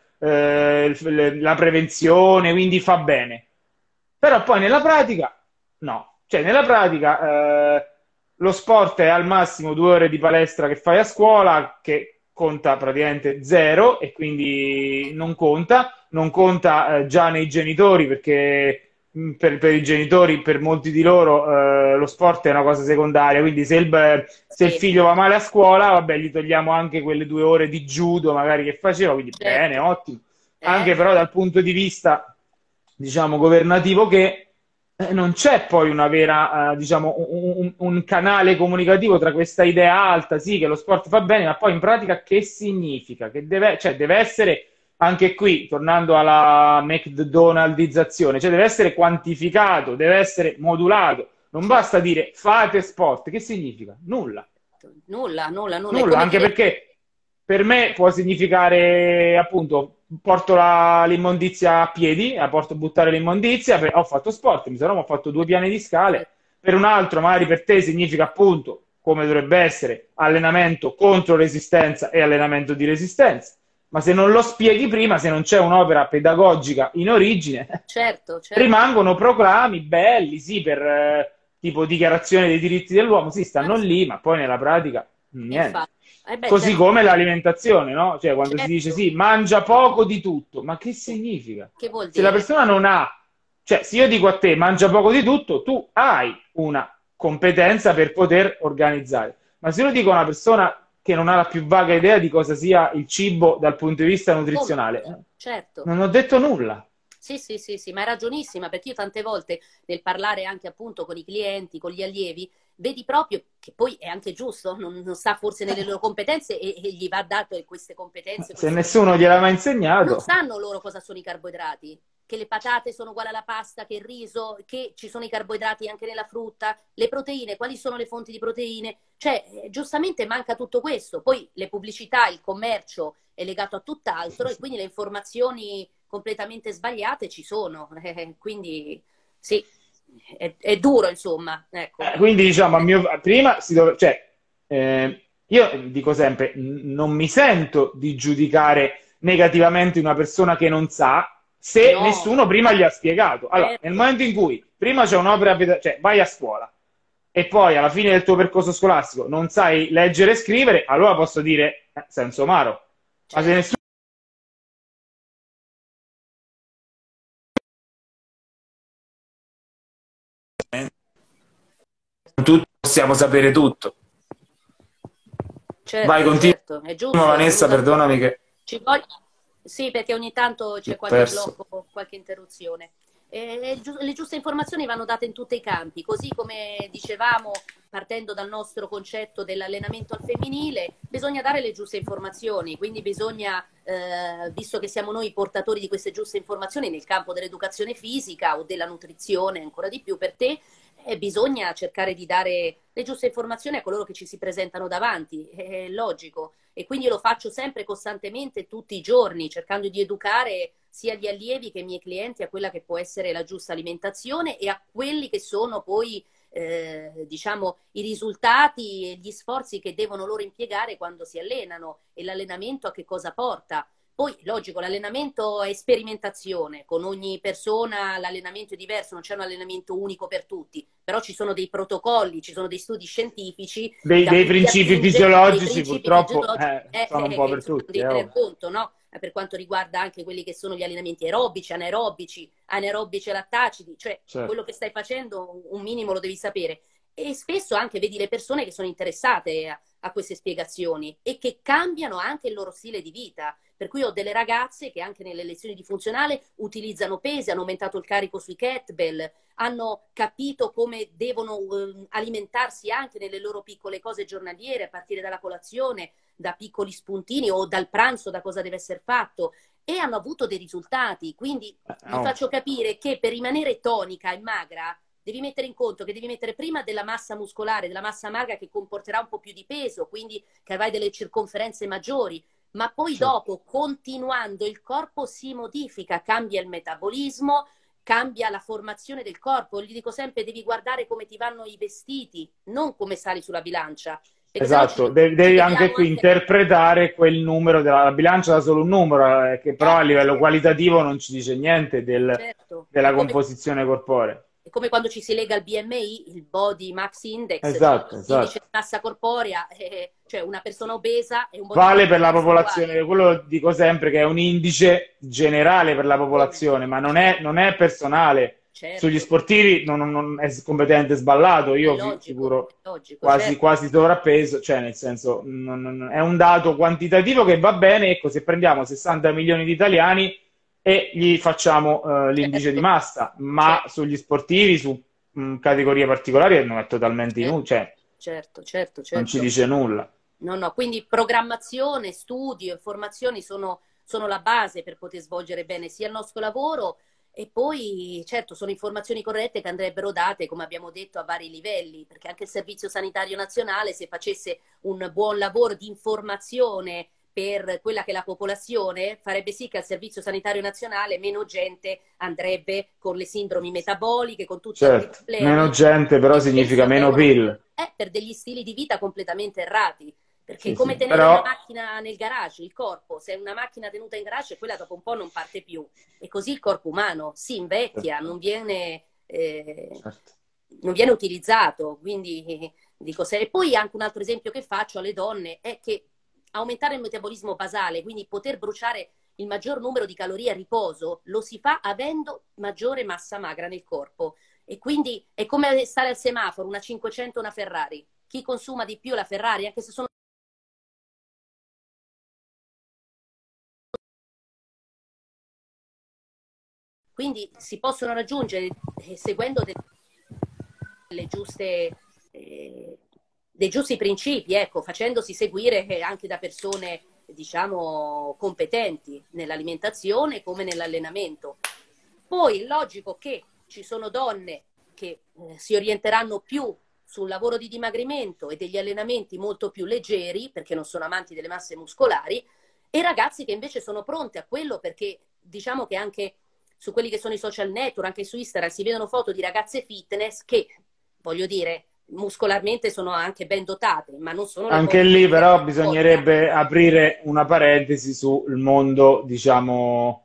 A: la prevenzione, quindi fa bene. Però poi nella pratica, no. Cioè, nella pratica, lo sport è al massimo 2 ore di palestra che fai a scuola, che conta praticamente zero e quindi non conta. Non conta, già nei genitori, perché per i genitori, per molti di loro, lo sport è una cosa secondaria. Quindi se il
B: Sì,
A: figlio va male a scuola, vabbè, gli togliamo anche quelle 2 ore di judo magari che faceva, quindi bene,
B: certo.
A: ottimo. Anche però dal punto di vista, diciamo, governativo, che non c'è poi una vera, diciamo, un canale comunicativo tra questa idea alta, sì, che lo sport fa bene, ma poi in pratica che significa? Cioè, deve essere, anche qui, tornando alla McDonaldizzazione, cioè deve essere quantificato, deve essere modulato. Non basta
B: Certo.
A: dire fate sport, che significa? Nulla.
B: Nulla, nulla, nulla. È
A: Nulla,
B: come
A: anche
B: dire,
A: perché per me può significare, appunto, porto l'immondizia a piedi, porto a buttare l'immondizia, ho fatto sport, mi sono ho fatto 2 piani di
B: sì,
A: scale. Per un altro, magari per te significa, appunto, come dovrebbe essere, allenamento contro resistenza e allenamento di resistenza. Ma se non lo spieghi prima, se non c'è un'opera pedagogica in origine,
B: certo, certo.
A: rimangono proclami belli, sì, per tipo dichiarazione dei diritti dell'uomo, sì, stanno
B: Sì.
A: lì, ma poi nella pratica
B: E
A: niente.
B: infatti, beh,
A: Così
B: certo,
A: come l'alimentazione, no? Cioè, quando si dice
B: certo.
A: sì, mangia poco di tutto, ma che
B: Sì.
A: significa?
B: Che vuol
A: Se la
B: dire?
A: persona non ha, cioè, se io dico a te mangia poco di tutto, tu hai una competenza per poter organizzare. Ma se io dico a una persona che non ha la più vaga idea di cosa sia il cibo dal punto di vista
B: Come?
A: nutrizionale,
B: Certo.
A: non ho detto nulla.
B: Sì, sì, sì, sì, ma hai ragionissima, perché io tante volte nel parlare anche appunto con i clienti, con gli allievi, vedi proprio che poi è anche giusto, non sta forse nelle loro competenze e gli va dato queste competenze,
A: Se
B: questi
A: nessuno gliel'ha mai
B: non
A: insegnato,
B: sanno loro cosa sono i carboidrati, che le patate sono uguali alla pasta, che il riso, che ci sono i carboidrati anche nella frutta, le proteine, quali sono le fonti di proteine. Cioè, giustamente manca tutto questo. Poi le pubblicità, il commercio è legato a tutt'altro e quindi le informazioni completamente sbagliate ci sono. Quindi sì, è duro, insomma, ecco.
A: quindi diciamo, prima cioè, io dico sempre, non mi sento di giudicare negativamente una persona che non sa se
B: No,
A: nessuno prima gli ha spiegato. Allora, nel
B: certo.
A: momento in cui prima c'è un'opera, cioè vai a scuola e poi alla fine del tuo percorso scolastico non sai leggere e scrivere, allora posso dire senso amaro. Ma se
B: Certo.
A: nessuno tutti possiamo sapere tutto. Vai,
B: Certo,
A: continua,
B: certo, è giusto,
A: Vanessa,
B: assolutamente.
A: perdonami che
B: Ci voglio... Sì, perché ogni tanto
A: ti ho
B: c'è qualche
A: perso.
B: blocco, qualche interruzione. Le giuste informazioni vanno date in tutti i campi, così come dicevamo, partendo dal nostro concetto dell'allenamento al femminile, bisogna dare le giuste informazioni, quindi bisogna, visto che siamo noi i portatori di queste giuste informazioni nel campo dell'educazione fisica o della nutrizione, ancora di più per te, bisogna cercare di dare le giuste informazioni a coloro che ci si presentano davanti, è logico. E quindi lo faccio sempre costantemente tutti i giorni, cercando di educare sia gli allievi che i miei clienti a quella che può essere la giusta alimentazione e a quelli che sono poi, diciamo, i risultati e gli sforzi che devono loro impiegare quando si allenano e l'allenamento a che cosa porta. Poi, logico, l'allenamento è sperimentazione, con ogni persona l'allenamento è diverso, non c'è un allenamento unico per tutti, però ci sono dei protocolli, ci sono dei studi scientifici da
A: Dei
B: cui si
A: principi
B: attinge, dei
A: fisiologici
B: principi
A: purtroppo
B: fisiologici
A: sono un po'
B: che
A: per
B: insomma
A: tutti,
B: devi tener
A: ovvio.
B: conto, no? Per quanto riguarda anche quelli che sono gli allenamenti aerobici, anaerobici, anaerobici e lattacidi, cioè quello
A: Certo.
B: che stai facendo un minimo lo devi sapere. E spesso anche vedi le persone che sono interessate a queste spiegazioni e che cambiano anche il loro stile di vita. Per cui ho delle ragazze che anche nelle lezioni di funzionale utilizzano pesi, hanno aumentato il carico sui kettlebell, hanno capito come devono alimentarsi anche nelle loro piccole cose giornaliere, a partire dalla colazione, da piccoli spuntini o dal pranzo, da cosa deve essere fatto, e hanno avuto dei risultati. Quindi vi
A: Oh.
B: faccio capire che per rimanere tonica e magra devi mettere in conto che devi mettere prima della massa muscolare, della massa magra che comporterà un po' più di peso, quindi che avrai delle circonferenze maggiori, ma poi dopo, continuando, il corpo si modifica, cambia il metabolismo, cambia la formazione del corpo. Gli dico sempre, devi guardare come ti vanno i vestiti, non come sali sulla bilancia.
A: Esatto, devi anche qui interpretare quel numero, la bilancia dà solo un numero, che però a livello qualitativo non ci dice niente della composizione corporea.
B: È come quando ci si lega al BMI, il Body Mass Index,
A: esatto,
B: l'indice di massa corporea, cioè una persona obesa e un body
A: vale per la popolazione, quello dico sempre che è un indice generale per la popolazione, ma non è personale.
B: Certo.
A: Sugli sportivi non è completamente sballato, io figuro quasi sovrappeso, cioè nel senso è un dato quantitativo che va bene. Ecco, se prendiamo 60 milioni di italiani e gli facciamo l'indice di massa, ma sugli sportivi, su categorie particolari non è totalmente inutile, cioè non ci dice nulla.
B: No, quindi programmazione, studio, informazioni sono la base per poter svolgere bene sia il nostro lavoro. E poi, certo, sono informazioni corrette che andrebbero date, come abbiamo detto, a vari livelli, perché anche il Servizio Sanitario Nazionale, se facesse un buon lavoro di informazione per quella che è la popolazione, farebbe sì che al Servizio Sanitario Nazionale meno gente andrebbe con le sindromi metaboliche, con tutti i problemi.
A: Meno gente però significa meno PIL.
B: Per degli stili di vita completamente errati. Perché è come tenere una macchina nel garage, il corpo, se è una macchina tenuta in garage, quella dopo un po' non parte più. E così il corpo umano si invecchia, non viene utilizzato. Quindi dico, e poi anche un altro esempio che faccio alle donne è che aumentare il metabolismo basale, quindi poter bruciare il maggior numero di calorie a riposo, lo si fa avendo maggiore massa magra nel corpo. E quindi è come stare al semaforo, una 500 una Ferrari. Chi consuma di più la Ferrari, anche se sono quindi si possono raggiungere seguendo dei giusti principi, ecco, facendosi seguire anche da persone, diciamo, competenti nell'alimentazione come nell'allenamento. Poi è logico che ci sono donne che si orienteranno più sul lavoro di dimagrimento e degli allenamenti molto più leggeri, perché non sono amanti delle masse muscolari, e ragazzi che invece sono pronti a quello, perché diciamo che anche su quelli che sono i social network, anche su Instagram, si vedono foto di ragazze fitness che, voglio dire, muscolarmente sono anche ben dotate, ma non sono...
A: Anche lì però bisognerebbe aprire una parentesi sul mondo, diciamo,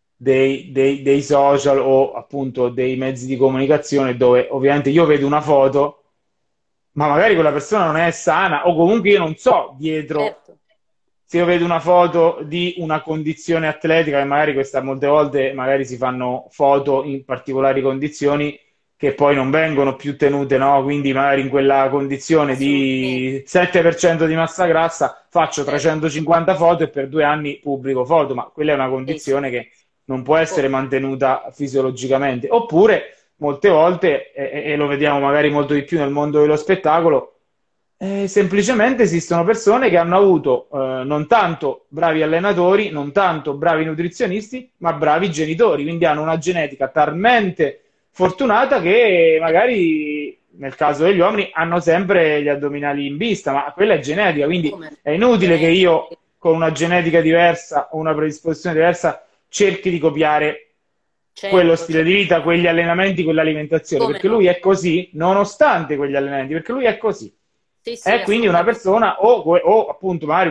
A: dei social o appunto dei mezzi di comunicazione, dove ovviamente io vedo una foto, ma magari quella persona non è sana, o comunque io non so dietro... Certo. Se io vedo una foto di una condizione atletica, che magari questa molte volte magari si fanno foto in particolari condizioni che poi non vengono più tenute, no? Quindi magari in quella condizione di 7% di massa grassa faccio 350 foto e per 2 anni pubblico foto, ma quella è una condizione che non può essere mantenuta fisiologicamente. Oppure molte volte, e lo vediamo magari molto di più nel mondo dello spettacolo, semplicemente esistono persone che hanno avuto non tanto bravi allenatori, non tanto bravi nutrizionisti, ma bravi genitori, quindi hanno una genetica talmente fortunata che magari nel caso degli uomini hanno sempre gli addominali in vista, ma quella è genetica, quindi è inutile che io con una genetica diversa o una predisposizione diversa cerchi di copiare quello stile di vita, quegli allenamenti, quell'alimentazione, perché lui è così, nonostante quegli allenamenti, perché lui è così. È quindi una persona, o appunto magari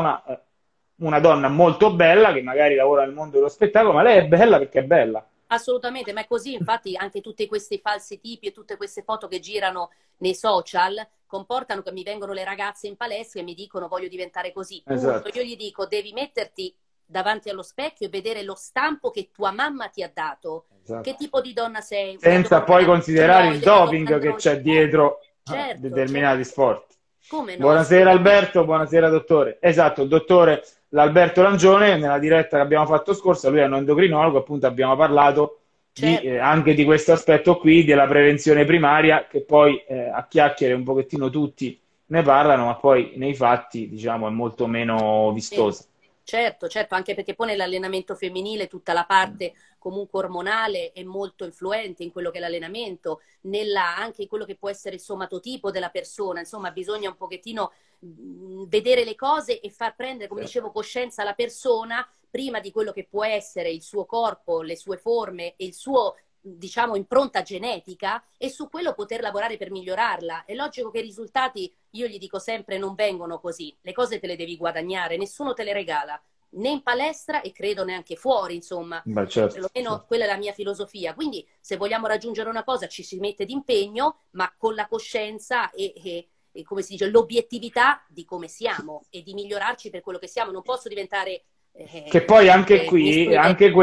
A: una donna molto bella che magari lavora nel mondo dello spettacolo, ma lei è bella perché è bella.
B: Assolutamente, ma è così. Infatti anche tutti questi falsi tipi e tutte queste foto che girano nei social comportano che mi vengono le ragazze in palestra e mi dicono voglio diventare così.
A: Esatto.
B: Io gli dico devi metterti davanti allo specchio e vedere lo stampo che tua mamma ti ha dato. Esatto. Che tipo di donna sei?
A: Senza poi considerare il doping che c'è dietro determinati sport.
B: Come no?
A: Buonasera Alberto, buonasera dottore. Esatto, il dottore l'Alberto Langione, nella diretta che abbiamo fatto scorsa, lui è un endocrinologo, appunto abbiamo parlato anche di questo aspetto qui, della prevenzione primaria, che poi a chiacchiere un pochettino tutti ne parlano, ma poi nei fatti, diciamo, è molto meno vistosa.
B: Certo, anche perché poi nell'allenamento femminile tutta la parte comunque ormonale è molto influente in quello che è l'allenamento, anche in quello che può essere il somatotipo della persona. Insomma, bisogna un pochettino vedere le cose e far prendere, come dicevo, coscienza alla persona prima di quello che può essere il suo corpo, le sue forme e il suo, diciamo, impronta genetica, e su quello poter lavorare per migliorarla. È logico che i risultati, io gli dico sempre, non vengono così. Le cose te le devi guadagnare, nessuno te le regala, né in palestra e credo neanche fuori, insomma.
A: Beh, certo,
B: Perlomeno
A: certo.
B: quella è la mia filosofia. Quindi se vogliamo raggiungere una cosa ci si mette d'impegno, ma con la coscienza e come si dice, l'obiettività di come siamo e di migliorarci per quello che siamo. Non posso diventare
A: Che poi anche qui,
B: nessun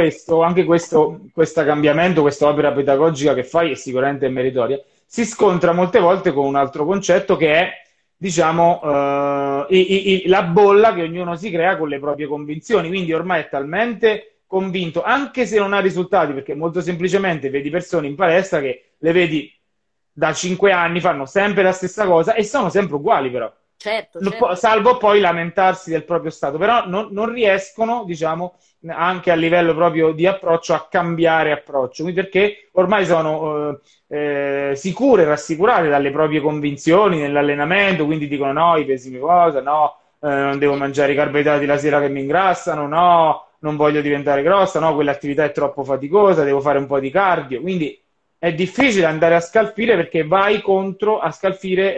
A: questo cambiamento, questa opera pedagogica che fai è sicuramente meritoria, si scontra molte volte con un altro concetto che è, diciamo, la bolla che ognuno si crea con le proprie convinzioni. Quindi ormai è talmente convinto, anche se non ha risultati, perché molto semplicemente vedi persone in palestra che le vedi da 5 anni, fanno sempre la stessa cosa e sono sempre uguali però.
B: Certo, certo.
A: Salvo poi lamentarsi del proprio stato, però non riescono, diciamo, anche a livello proprio di approccio a cambiare approccio, quindi perché ormai sono sicure, rassicurate dalle proprie convinzioni nell'allenamento, quindi dicono no, i pesi mi cosa, no, non devo mangiare i carboidrati la sera che mi ingrassano, no, non voglio diventare grossa, no, quell'attività è troppo faticosa, devo fare un po' di cardio, quindi è difficile andare a scalfire perché vai contro a scalfire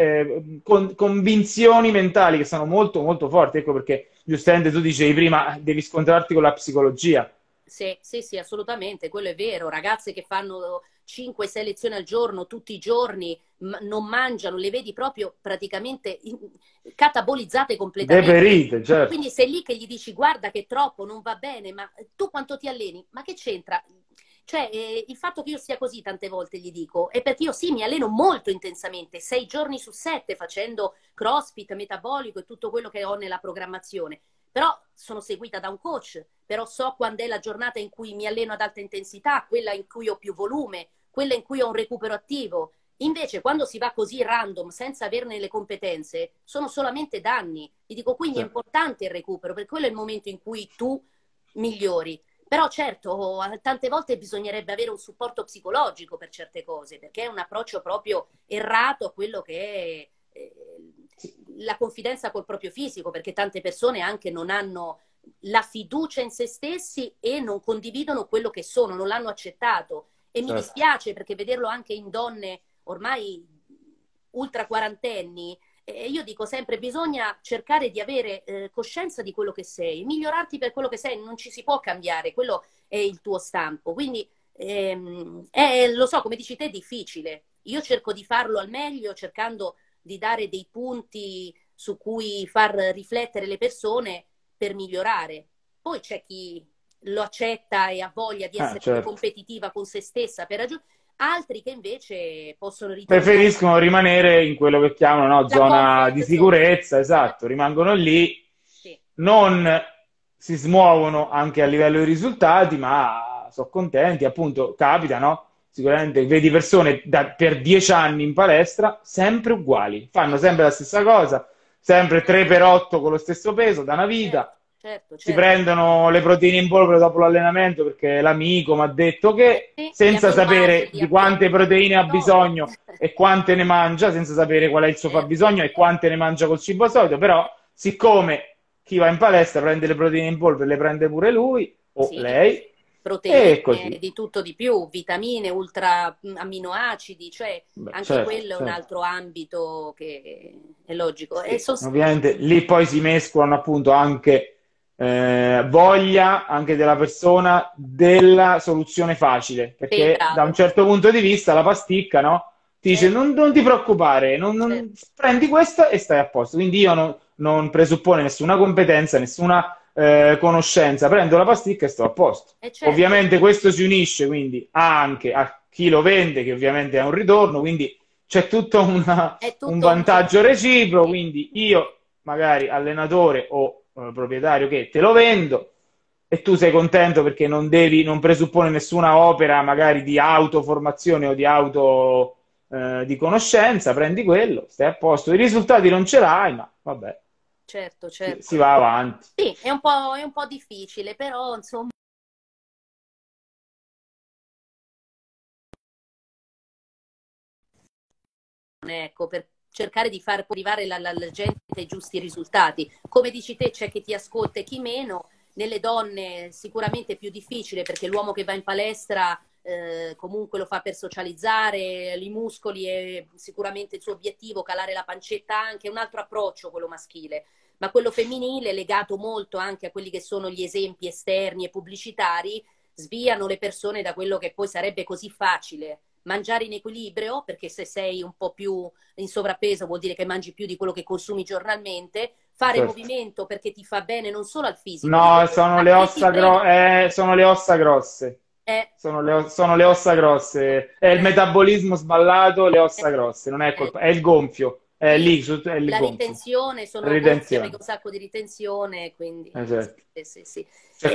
A: convinzioni mentali che sono molto molto forti. Ecco perché giustamente tu dicevi prima devi scontrarti con la psicologia.
B: Sì, sì, sì, assolutamente, quello è vero. Ragazze che fanno 5-6 lezioni al giorno, tutti i giorni, non mangiano, le vedi proprio praticamente catabolizzate completamente.
A: Deperite, certo.
B: Quindi sei lì che gli dici guarda che è troppo, non va bene, ma tu quanto ti alleni? Ma che c'entra? Cioè, il fatto che io sia così tante volte gli dico è perché io sì, mi alleno molto intensamente, 6 giorni su 7 facendo CrossFit, metabolico e tutto quello che ho nella programmazione. Però sono seguita da un coach, però so quando è la giornata in cui mi alleno ad alta intensità, quella in cui ho più volume, quella in cui ho un recupero attivo. Invece, quando si va così random, senza averne le competenze, sono solamente danni. Ti dico, quindi è
A: Sì.
B: importante il recupero, perché quello è il momento in cui tu migliori. Però certo, tante volte bisognerebbe avere un supporto psicologico per certe cose, perché è un approccio proprio errato a quello che è la confidenza col proprio fisico, perché tante persone anche non hanno la fiducia in se stessi e non condividono quello che sono, non l'hanno accettato. E mi
A: Certo.
B: dispiace perché vederlo anche in donne ormai ultra quarantenni, io dico sempre, bisogna cercare di avere coscienza di quello che sei, migliorarti per quello che sei, non ci si può cambiare, quello è il tuo stampo. Quindi lo so, come dici te, è difficile. Io cerco di farlo al meglio, cercando di dare dei punti su cui far riflettere le persone per migliorare. Poi c'è chi lo accetta e ha voglia di essere più
A: Certo.
B: competitiva con se stessa per raggiungere, altri che invece possono ritenere
A: Preferiscono rimanere in quello che chiamano, no,
B: la
A: zona di
B: comfort zone.
A: sicurezza, esatto, rimangono lì,
B: Sì,
A: non si smuovono anche a livello di risultati, ma sono contenti, appunto, capita, no? Sicuramente vedi persone per 10 anni in palestra, sempre uguali, fanno
B: sì,
A: sempre la stessa cosa, sempre 3x8 con lo stesso peso da una
B: certo,
A: vita,
B: certo,
A: si
B: certo.
A: prendono le proteine in polvere dopo l'allenamento perché l'amico mi ha detto che,
B: Sì, gli
A: senza sapere
B: aminoacidi
A: di
B: appena
A: quante proteine ha
B: storia.
A: bisogno e quante ne mangia, senza sapere qual è il suo
B: Certo,
A: fabbisogno e quante ne mangia col cibo solito, però siccome chi va in palestra prende le proteine in polvere, le prende pure lui o
B: sì,
A: lei e
B: proteine,
A: così.
B: di tutto di più, vitamine, ultra amminoacidi, cioè
A: Beh,
B: anche
A: certo,
B: quello è un
A: certo.
B: altro ambito che è logico. E
A: Sì, ovviamente lì poi si mescolano appunto anche voglia anche della persona della soluzione facile,
B: sì,
A: perché da un
B: bravo,
A: certo punto di vista la pasticca, no? Ti dice
B: certo,
A: non ti preoccupare,
B: certo,
A: prendi questa e stai a posto. Quindi io non presuppone nessuna competenza, nessuna conoscenza, prendo la pasticca e sto a posto.
B: certo,
A: Ovviamente questo si unisce quindi anche a chi lo vende, che ovviamente ha un ritorno, quindi c'è tutto
B: è
A: un
B: tutto un
A: vantaggio reciproco,
B: sì,
A: quindi io magari allenatore o proprietario che te lo vendo e tu sei contento perché non presuppone nessuna opera magari di autoformazione o di auto di conoscenza, prendi quello, stai a posto. I risultati non ce l'hai, ma vabbè,
B: certo,
A: si
B: certo.
A: va avanti.
B: Sì, è un po' difficile, però insomma ecco, per cercare di far arrivare la gente ai giusti risultati. Come dici te, c'è chi ti ascolta e chi meno. Nelle donne sicuramente è più difficile, perché l'uomo che va in palestra comunque lo fa per socializzare, i muscoli è sicuramente il suo obiettivo, calare la pancetta anche, è un altro approccio quello maschile, ma quello femminile, legato molto anche a quelli che sono gli esempi esterni e pubblicitari, sviano le persone da quello che poi sarebbe così facile: mangiare in equilibrio, perché se sei un po' più in sovrappeso vuol dire che mangi più di quello che consumi giornalmente, fare
A: Certo.
B: movimento perché ti fa bene non solo al fisico,
A: No,
B: dico, ma che ti
A: sono le ossa grosse.
B: eh,
A: Sono le ossa grosse. È il
B: eh,
A: metabolismo sballato, le
B: eh,
A: ossa grosse. Non è
B: eh,
A: colpa, è il gonfio. È
B: sì,
A: lì, è il
B: la
A: gonfio.
B: ritenzione, sono gonfi, avevo
A: Ritenzione.
B: un sacco di ritenzione, quindi
A: Esatto.
B: sì, sì, sì.
A: Cioè,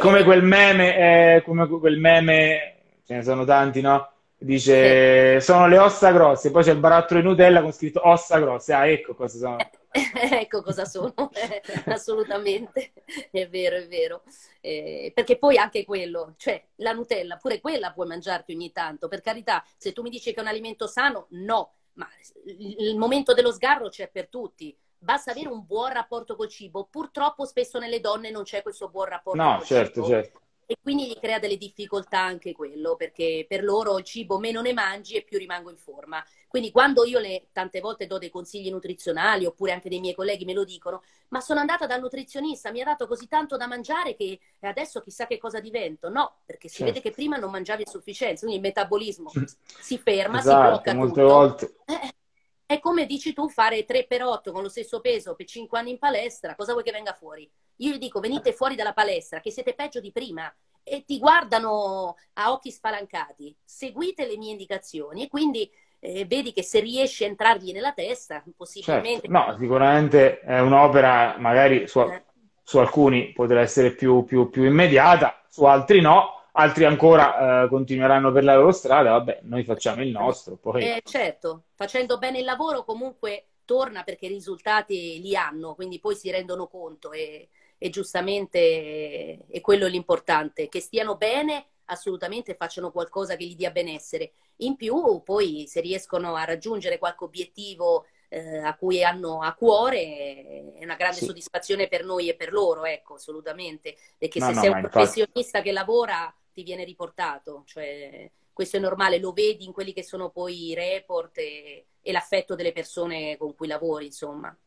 A: come quel meme, ce ne sono tanti, no?
B: Eh,
A: Dice, sono le ossa grosse, poi c'è il barattolo di Nutella con scritto ossa grosse. Ah, ecco cosa sono.
B: ecco cosa sono, assolutamente, è vero, è vero. Perché poi anche quello, cioè la Nutella, pure quella puoi mangiarti ogni tanto, per carità, se tu mi dici che è un alimento sano, no, ma il momento dello sgarro c'è per tutti. Basta avere un buon rapporto col cibo. Purtroppo spesso nelle donne non c'è questo buon rapporto
A: No,
B: col
A: certo,
B: cibo
A: certo.
B: e quindi gli crea delle difficoltà anche quello, perché per loro il cibo meno ne mangi e più rimango in forma. Quindi quando io tante volte do dei consigli nutrizionali, oppure anche dei miei colleghi me lo dicono, ma sono andata dal nutrizionista, mi ha dato così tanto da mangiare che adesso chissà che cosa divento. No, perché si vede
A: Certo.
B: che prima non mangiavi a sufficienza, quindi il metabolismo si ferma, si
A: Esatto,
B: blocca
A: molte
B: tutto.
A: volte.
B: È come dici tu, fare 3x8 con lo stesso peso per 5 anni in palestra, cosa vuoi che venga fuori? Io gli dico, venite fuori dalla palestra, che siete peggio di prima, e ti guardano a occhi spalancati. Seguite le mie indicazioni e quindi vedi che se riesci a entrargli nella testa,
A: Certo,
B: possibilmente...
A: no, sicuramente è un'opera, magari
B: eh,
A: su alcuni potrà essere più immediata, su altri no, altri ancora continueranno per la loro strada, vabbè, noi facciamo il nostro, poi
B: certo, facendo bene il lavoro comunque torna perché i risultati li hanno, quindi poi si rendono conto e giustamente è quello l'importante, che stiano bene, assolutamente facciano qualcosa che gli dia benessere. In più, poi se riescono a raggiungere qualche obiettivo a cui hanno a cuore, è una grande
A: sì,
B: soddisfazione per noi e per loro, ecco, assolutamente. Perché
A: no,
B: se
A: no,
B: sei un
A: ma infatti,
B: professionista che lavora, ti viene riportato, cioè questo è normale, lo vedi in quelli che sono poi i report e l'affetto delle persone con cui lavori, insomma.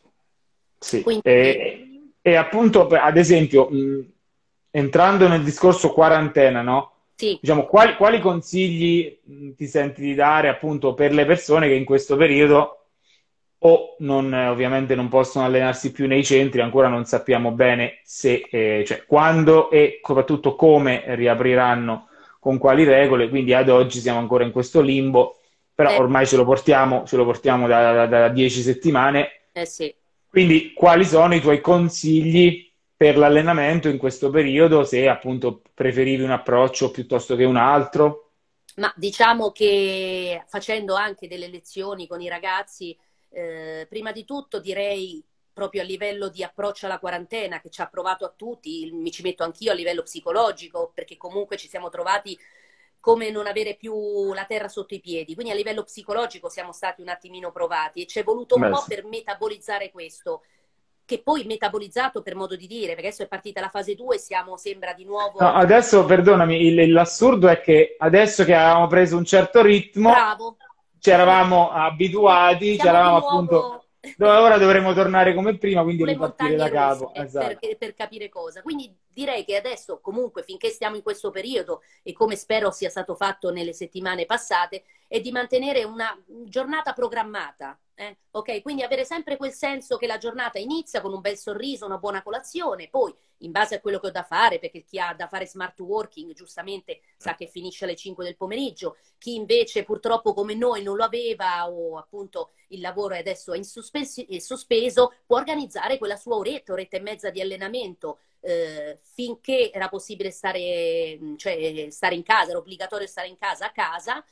A: sì.
B: Quindi,
A: E appunto, ad esempio, entrando nel discorso quarantena, no?
B: sì,
A: Diciamo, quali consigli ti senti di dare appunto per le persone che in questo periodo o ovviamente non possono allenarsi più nei centri, ancora non sappiamo bene se, cioè, quando e soprattutto come riapriranno, con quali regole, quindi ad oggi siamo ancora in questo limbo, però ormai ce lo portiamo da 10 settimane,
B: sì.
A: quindi quali sono i tuoi consigli per l'allenamento in questo periodo, se appunto preferivi un approccio piuttosto che un altro?
B: Ma diciamo che facendo anche delle lezioni con i ragazzi, prima di tutto direi proprio a livello di approccio alla quarantena, che ci ha provato a tutti, mi ci metto anch'io a livello psicologico, perché comunque ci siamo trovati come non avere più la terra sotto i piedi. Quindi a livello psicologico siamo stati un attimino provati e ci è voluto un
A: Beh,
B: po'
A: sì.
B: per metabolizzare questo, che poi metabolizzato per modo di dire, perché adesso è partita la fase 2, siamo, sembra di
A: No,
B: nuovo
A: adesso, perdonami, l'assurdo è che adesso che avevamo preso un certo ritmo,
B: bravo.
A: ci eravamo abituati, ci
B: Siamo di
A: eravamo appunto,
B: nuovo
A: ora dovremo tornare come prima, quindi
B: sulle
A: ripartire
B: montagne
A: da
B: russe
A: capo. Esatto.
B: per capire cosa. Quindi direi che adesso, comunque, finché stiamo in questo periodo, e come spero sia stato fatto nelle settimane passate, è di mantenere una giornata programmata. Ok, quindi avere sempre quel senso che la giornata inizia con un bel sorriso, una buona colazione, poi in base a quello che ho da fare, perché chi ha da fare smart working giustamente sa che finisce alle 5 del pomeriggio, chi invece purtroppo come noi non lo aveva o appunto il lavoro adesso è sospeso, può organizzare quella sua oretta, oretta e mezza di allenamento finché era possibile cioè stare in casa, era obbligatorio stare in casa a casa,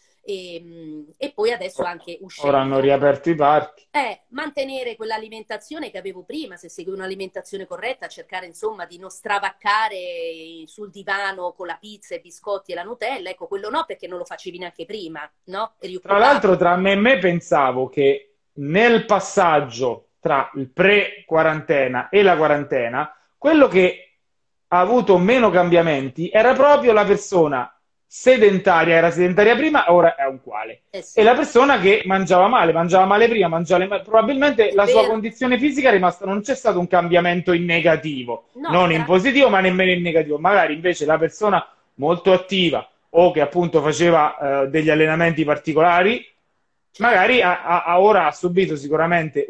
B: e poi adesso anche
A: Ora hanno
B: uscendo.
A: riaperto i parchi.
B: Mantenere quell'alimentazione che avevo prima, se segui un'alimentazione corretta, cercare insomma di non stravaccare sul divano con la pizza, i biscotti e la Nutella, ecco, quello no, perché non lo facevi neanche prima, no? Eri
A: Tra
B: occupato.
A: l'altro, tra me e me pensavo che nel passaggio tra il pre-quarantena e la quarantena, quello che ha avuto meno cambiamenti era proprio la persona sedentaria, era sedentaria prima, ora è uguale.
B: Eh
A: E
B: sì,
A: la persona che mangiava male prima, mangiava male, probabilmente
B: è
A: la sua
B: vero.
A: condizione fisica è rimasta, non c'è stato un cambiamento in negativo,
B: No,
A: non in positivo, ma nemmeno in negativo. Magari invece la persona molto attiva o che appunto faceva degli allenamenti particolari,
B: certo,
A: magari ora ha subito sicuramente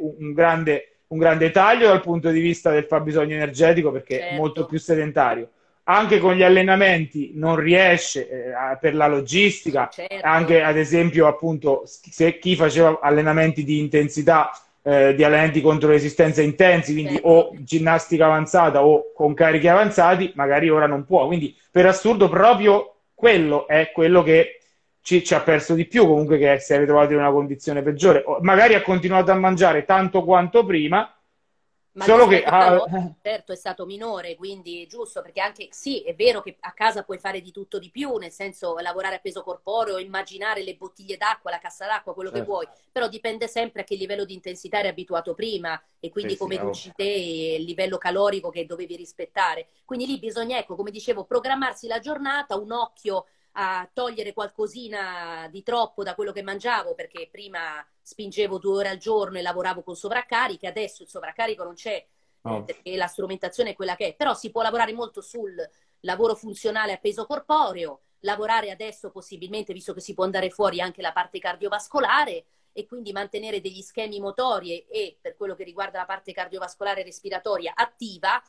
A: un grande taglio dal punto di vista del fabbisogno energetico perché è molto
B: certo,
A: più sedentario. Anche con gli allenamenti non riesce per la logistica,
B: certo,
A: anche ad esempio appunto se chi faceva allenamenti di intensità, di allenamenti contro resistenza intensi, quindi
B: certo.
A: o ginnastica avanzata o con carichi avanzati, magari ora non può. Quindi per assurdo proprio quello è quello che ci ha perso di più, comunque che si è ritrovato in una condizione peggiore. Magari ha continuato a mangiare tanto quanto prima,
B: Ma il
A: solo che
B: dispendio calorico, certo, è stato minore, quindi giusto, perché anche sì, è vero che a casa puoi fare di tutto di più, nel senso lavorare a peso corporeo, immaginare le bottiglie d'acqua, la cassa d'acqua, quello che
A: certo,
B: vuoi, però dipende sempre a che livello di intensità eri abituato prima e
A: sì,
B: quindi
A: sì,
B: come dici te, il livello calorico che dovevi rispettare. Quindi lì bisogna, ecco, come dicevo, programmarsi la giornata, un occhio a togliere qualcosina di troppo da quello che mangiavo, perché prima spingevo 2 ore al giorno e lavoravo con sovraccarichi, adesso il sovraccarico non c'è,
A: ovvio.
B: perché la strumentazione è quella che è, però si può lavorare molto sul lavoro funzionale a peso corporeo, lavorare adesso possibilmente, visto che si può andare fuori, anche la parte cardiovascolare, e quindi mantenere degli schemi motori e per quello che riguarda la parte cardiovascolare e respiratoria attiva,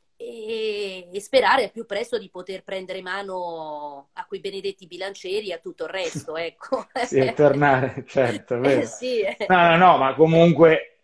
B: e sperare al più presto di poter prendere mano a quei benedetti bilancieri e a tutto il resto, ecco.
A: Sì, e tornare, certo, è vero.
B: Sì,
A: No, no, no, ma comunque,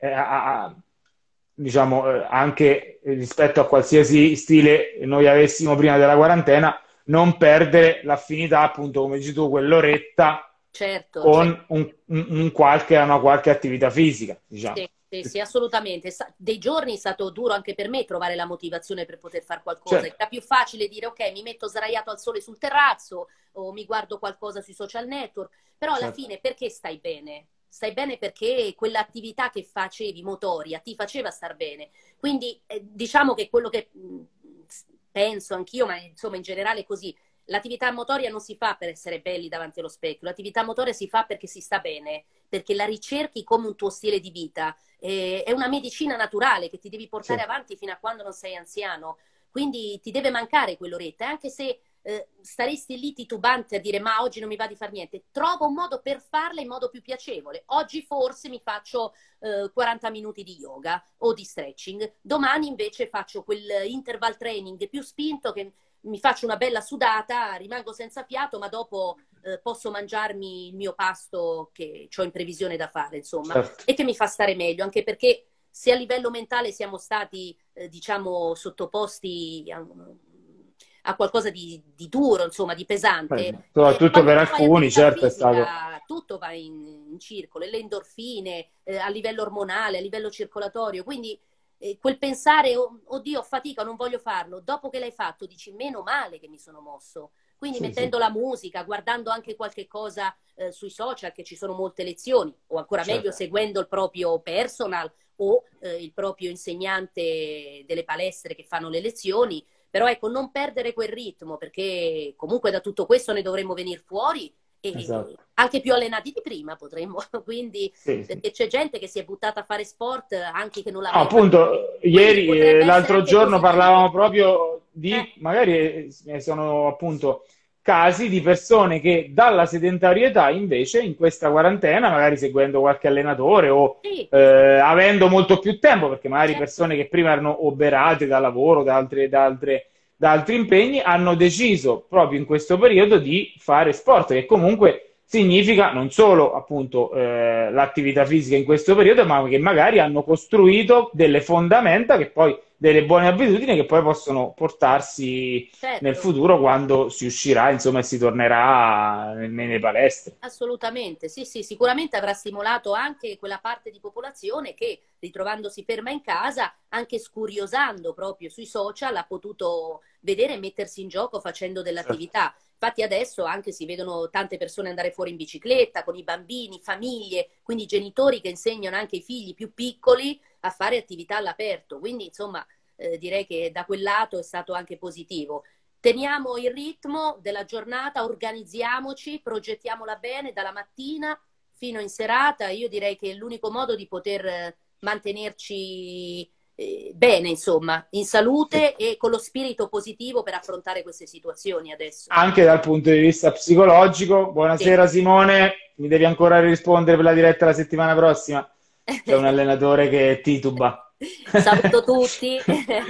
A: diciamo, anche rispetto a qualsiasi stile noi avessimo prima della quarantena, non perdere l'affinità, appunto, come dici tu, quell'oretta
B: certo, certo.
A: con una qualche attività fisica, diciamo.
B: Sì, sì, sì, assolutamente. Dei giorni è stato duro anche per me trovare la motivazione per poter fare qualcosa.
A: Certo,
B: Era più facile dire ok, mi metto sdraiato al sole sul terrazzo o mi guardo qualcosa sui social network, però alla
A: certo,
B: fine perché stai bene? Stai bene perché quell'attività che facevi motoria ti faceva star bene. Quindi diciamo che quello che penso anch'io, ma insomma in generale è così, l'attività motoria non si fa per essere belli davanti allo specchio, l'attività motoria si fa perché si sta bene, perché la ricerchi come un tuo stile di vita. È una medicina naturale che ti devi
A: sì,
B: portare avanti fino a quando non sei anziano. Quindi ti deve mancare quell'oretta, anche se staresti lì titubante a dire ma oggi non mi va di fare niente, trova un modo per farla in modo più piacevole. Oggi forse mi faccio 40 minuti di yoga o di stretching, domani invece faccio quel interval training più spinto che mi faccio una bella sudata, rimango senza fiato, ma dopo posso mangiarmi il mio pasto che ho in previsione da fare, insomma,
A: certo,
B: e che mi fa stare meglio, anche perché se a livello mentale siamo stati, diciamo, sottoposti a qualcosa di duro, insomma, di pesante,
A: soprattutto
B: quando
A: per
B: tu fai
A: alcuni,
B: attività
A: certo, è stato...
B: fisica tutto va in circolo, e le endorfine a livello ormonale, a livello circolatorio, quindi quel pensare, oddio, ho fatica, non voglio farlo, dopo che l'hai fatto dici meno male che mi sono mosso. Quindi
A: Sì, sì,
B: mettendo la musica, guardando anche qualche cosa sui social, che ci sono molte lezioni, o ancora meglio
A: certo.
B: seguendo il proprio personal o il proprio insegnante delle palestre che fanno le lezioni, però ecco, non perdere quel ritmo, perché comunque da tutto questo ne dovremmo venire fuori e
A: Esatto.
B: anche più allenati di prima potremmo, quindi
A: Sì, sì.
B: perché c'è gente che si è buttata a fare sport anche che non l'ha
A: No,
B: mai fatto.
A: appunto,
B: Quindi
A: ieri,
B: potrebbe essere
A: l'altro
B: anche
A: giorno
B: positivo.
A: parlavamo proprio
B: Eh,
A: di, magari sono appunto casi di persone che dalla sedentarietà invece in questa quarantena, magari seguendo qualche allenatore o
B: sì,
A: avendo molto più tempo, perché magari
B: certo,
A: persone che prima erano oberate da lavoro, da altri impegni, hanno deciso proprio in questo periodo di fare sport, che comunque significa non solo appunto l'attività fisica in questo periodo, ma che magari hanno costruito delle fondamenta che poi, delle buone abitudini che poi possono portarsi nel
B: Certo.
A: futuro quando si uscirà, insomma, e si tornerà nelle palestre.
B: Assolutamente, sì, sì, sicuramente avrà stimolato anche quella parte di popolazione che, ritrovandosi ferma in casa, anche scuriosando proprio sui social, ha potuto vedere e mettersi in gioco facendo
A: Certo.
B: dell'attività. Infatti adesso anche si vedono tante persone andare fuori in bicicletta, con i bambini, famiglie, quindi genitori che insegnano anche ai figli più piccoli a fare attività all'aperto. Quindi, insomma, direi che da quel lato è stato anche positivo. Teniamo il ritmo della giornata, organizziamoci, progettiamola bene dalla mattina fino in serata. Io direi che è l'unico modo di poter mantenerci bene, insomma, in
A: Sì.
B: salute e con lo spirito positivo per affrontare queste situazioni adesso.
A: Anche dal punto di vista psicologico.
B: Sì.
A: Buonasera Simone, mi devi ancora rispondere per la diretta la settimana prossima. C'è un allenatore che tituba.
B: Saluto tutti.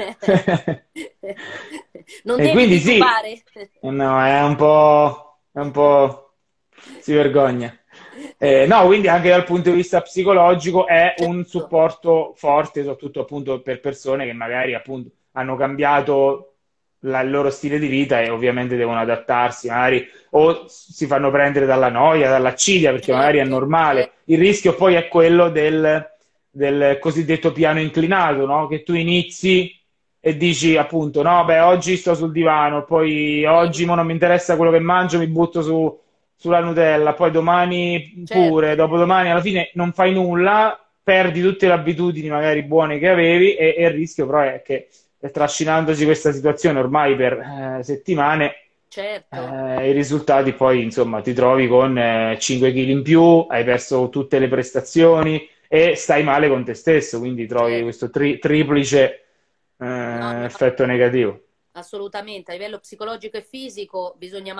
B: Non
A: E
B: devi
A: quindi sì,
B: titubare.
A: no, è un po', si vergogna. No, quindi anche dal punto di vista psicologico è un
B: Certo,
A: supporto forte, soprattutto appunto per persone che magari appunto hanno cambiato il loro stile di vita e ovviamente devono adattarsi, magari o si fanno prendere dalla noia, dall'accidia, perché magari è
B: certo,
A: normale.
B: certo.
A: Il rischio poi è quello del cosiddetto piano inclinato, no? Che tu inizi e dici appunto, no, beh, oggi sto sul divano, poi oggi
B: Sì,
A: mo non mi interessa quello che mangio, mi butto sulla Nutella, poi domani pure,
B: certo.
A: dopodomani alla fine non fai nulla, perdi tutte le abitudini magari buone che avevi e il rischio però è che trascinandosi questa situazione ormai per settimane,
B: Certo,
A: i risultati poi insomma ti trovi con 5 kg in più, hai perso tutte le prestazioni e stai male con te stesso, quindi trovi
B: certo.
A: questo triplice
B: No, no,
A: effetto negativo.
B: assolutamente. A livello psicologico e fisico bisogna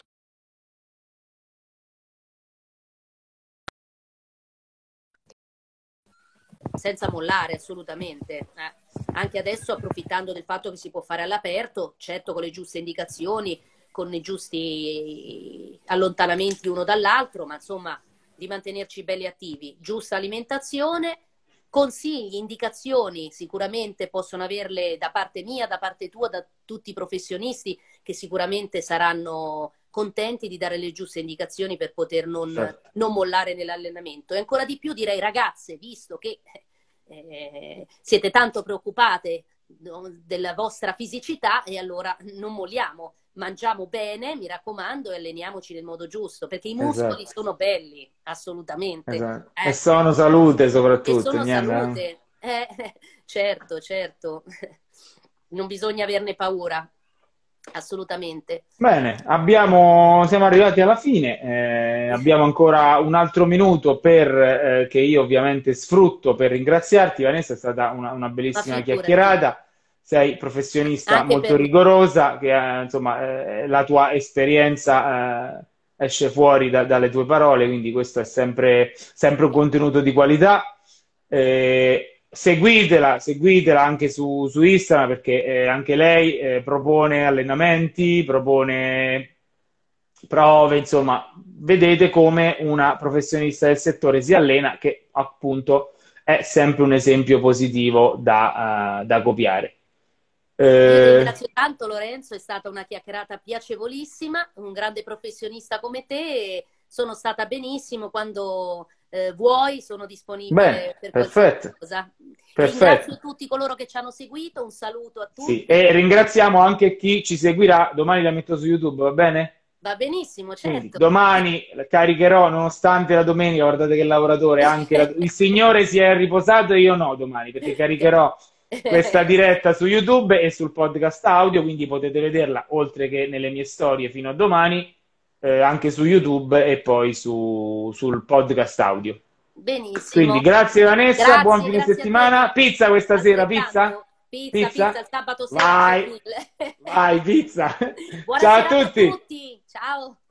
B: senza mollare, assolutamente. Anche adesso, approfittando del fatto che si può fare all'aperto, certo con le giuste indicazioni, con i giusti allontanamenti uno dall'altro, ma insomma di mantenerci belli attivi. Giusta alimentazione, consigli, indicazioni, sicuramente possono averle da parte mia, da parte tua, da tutti i professionisti che sicuramente saranno contenti di dare le giuste indicazioni per poter
A: Certo.
B: non mollare nell'allenamento. E ancora di più direi ragazze, visto che siete tanto preoccupate della vostra fisicità, e allora non molliamo, mangiamo bene, mi raccomando, e alleniamoci nel modo giusto, perché i muscoli
A: Esatto,
B: sono belli, assolutamente.
A: esatto. E sono salute
B: E
A: soprattutto,
B: sono
A: niente. Eh.
B: salute. Certo, certo. Non bisogna averne paura, assolutamente.
A: Bene, siamo arrivati alla fine, abbiamo ancora un altro minuto che io ovviamente sfrutto per ringraziarti. Vanessa, è stata una
B: Ma
A: bellissima
B: figurati,
A: chiacchierata, sei professionista
B: anche
A: molto
B: per me.
A: rigorosa, che insomma la tua esperienza esce fuori dalle tue parole, quindi questo è sempre un contenuto di qualità. Seguitela anche su Instagram perché anche lei propone allenamenti, propone prove, insomma, vedete come una professionista del settore si allena, che appunto è sempre un esempio positivo da copiare.
B: Io
A: Eh,
B: ringrazio tanto Lorenzo, è stata una chiacchierata piacevolissima, un grande professionista come te, e sono stata benissimo quando vuoi, sono
A: bene,
B: disponibile per qualsiasi
A: perfetto,
B: cosa.
A: perfetto.
B: Ringrazio tutti coloro che ci hanno seguito, un saluto a
A: Sì,
B: tutti.
A: e ringraziamo anche chi ci seguirà. Domani la metto su YouTube, va bene?
B: Va benissimo,
A: Quindi
B: certo.
A: domani caricherò, nonostante la domenica, guardate che lavoratore, il Signore si è riposato e io no domani, perché caricherò questa diretta su YouTube e sul podcast audio, quindi potete vederla oltre che nelle mie storie fino a domani, anche su YouTube e poi sul podcast audio. Quindi
B: Benissimo.
A: grazie Vanessa, buon
B: Grazie,
A: fine
B: grazie a te.
A: settimana. Pizza questa sera, pizza?
B: Altrettanto. Pizza, pizza,
A: Pizza?
B: il sabato sera c'è
A: Vai,
B: il grill.
A: vai, pizza.
B: Buona
A: Ciao a
B: serata a
A: tutti.
B: tutti. Ciao.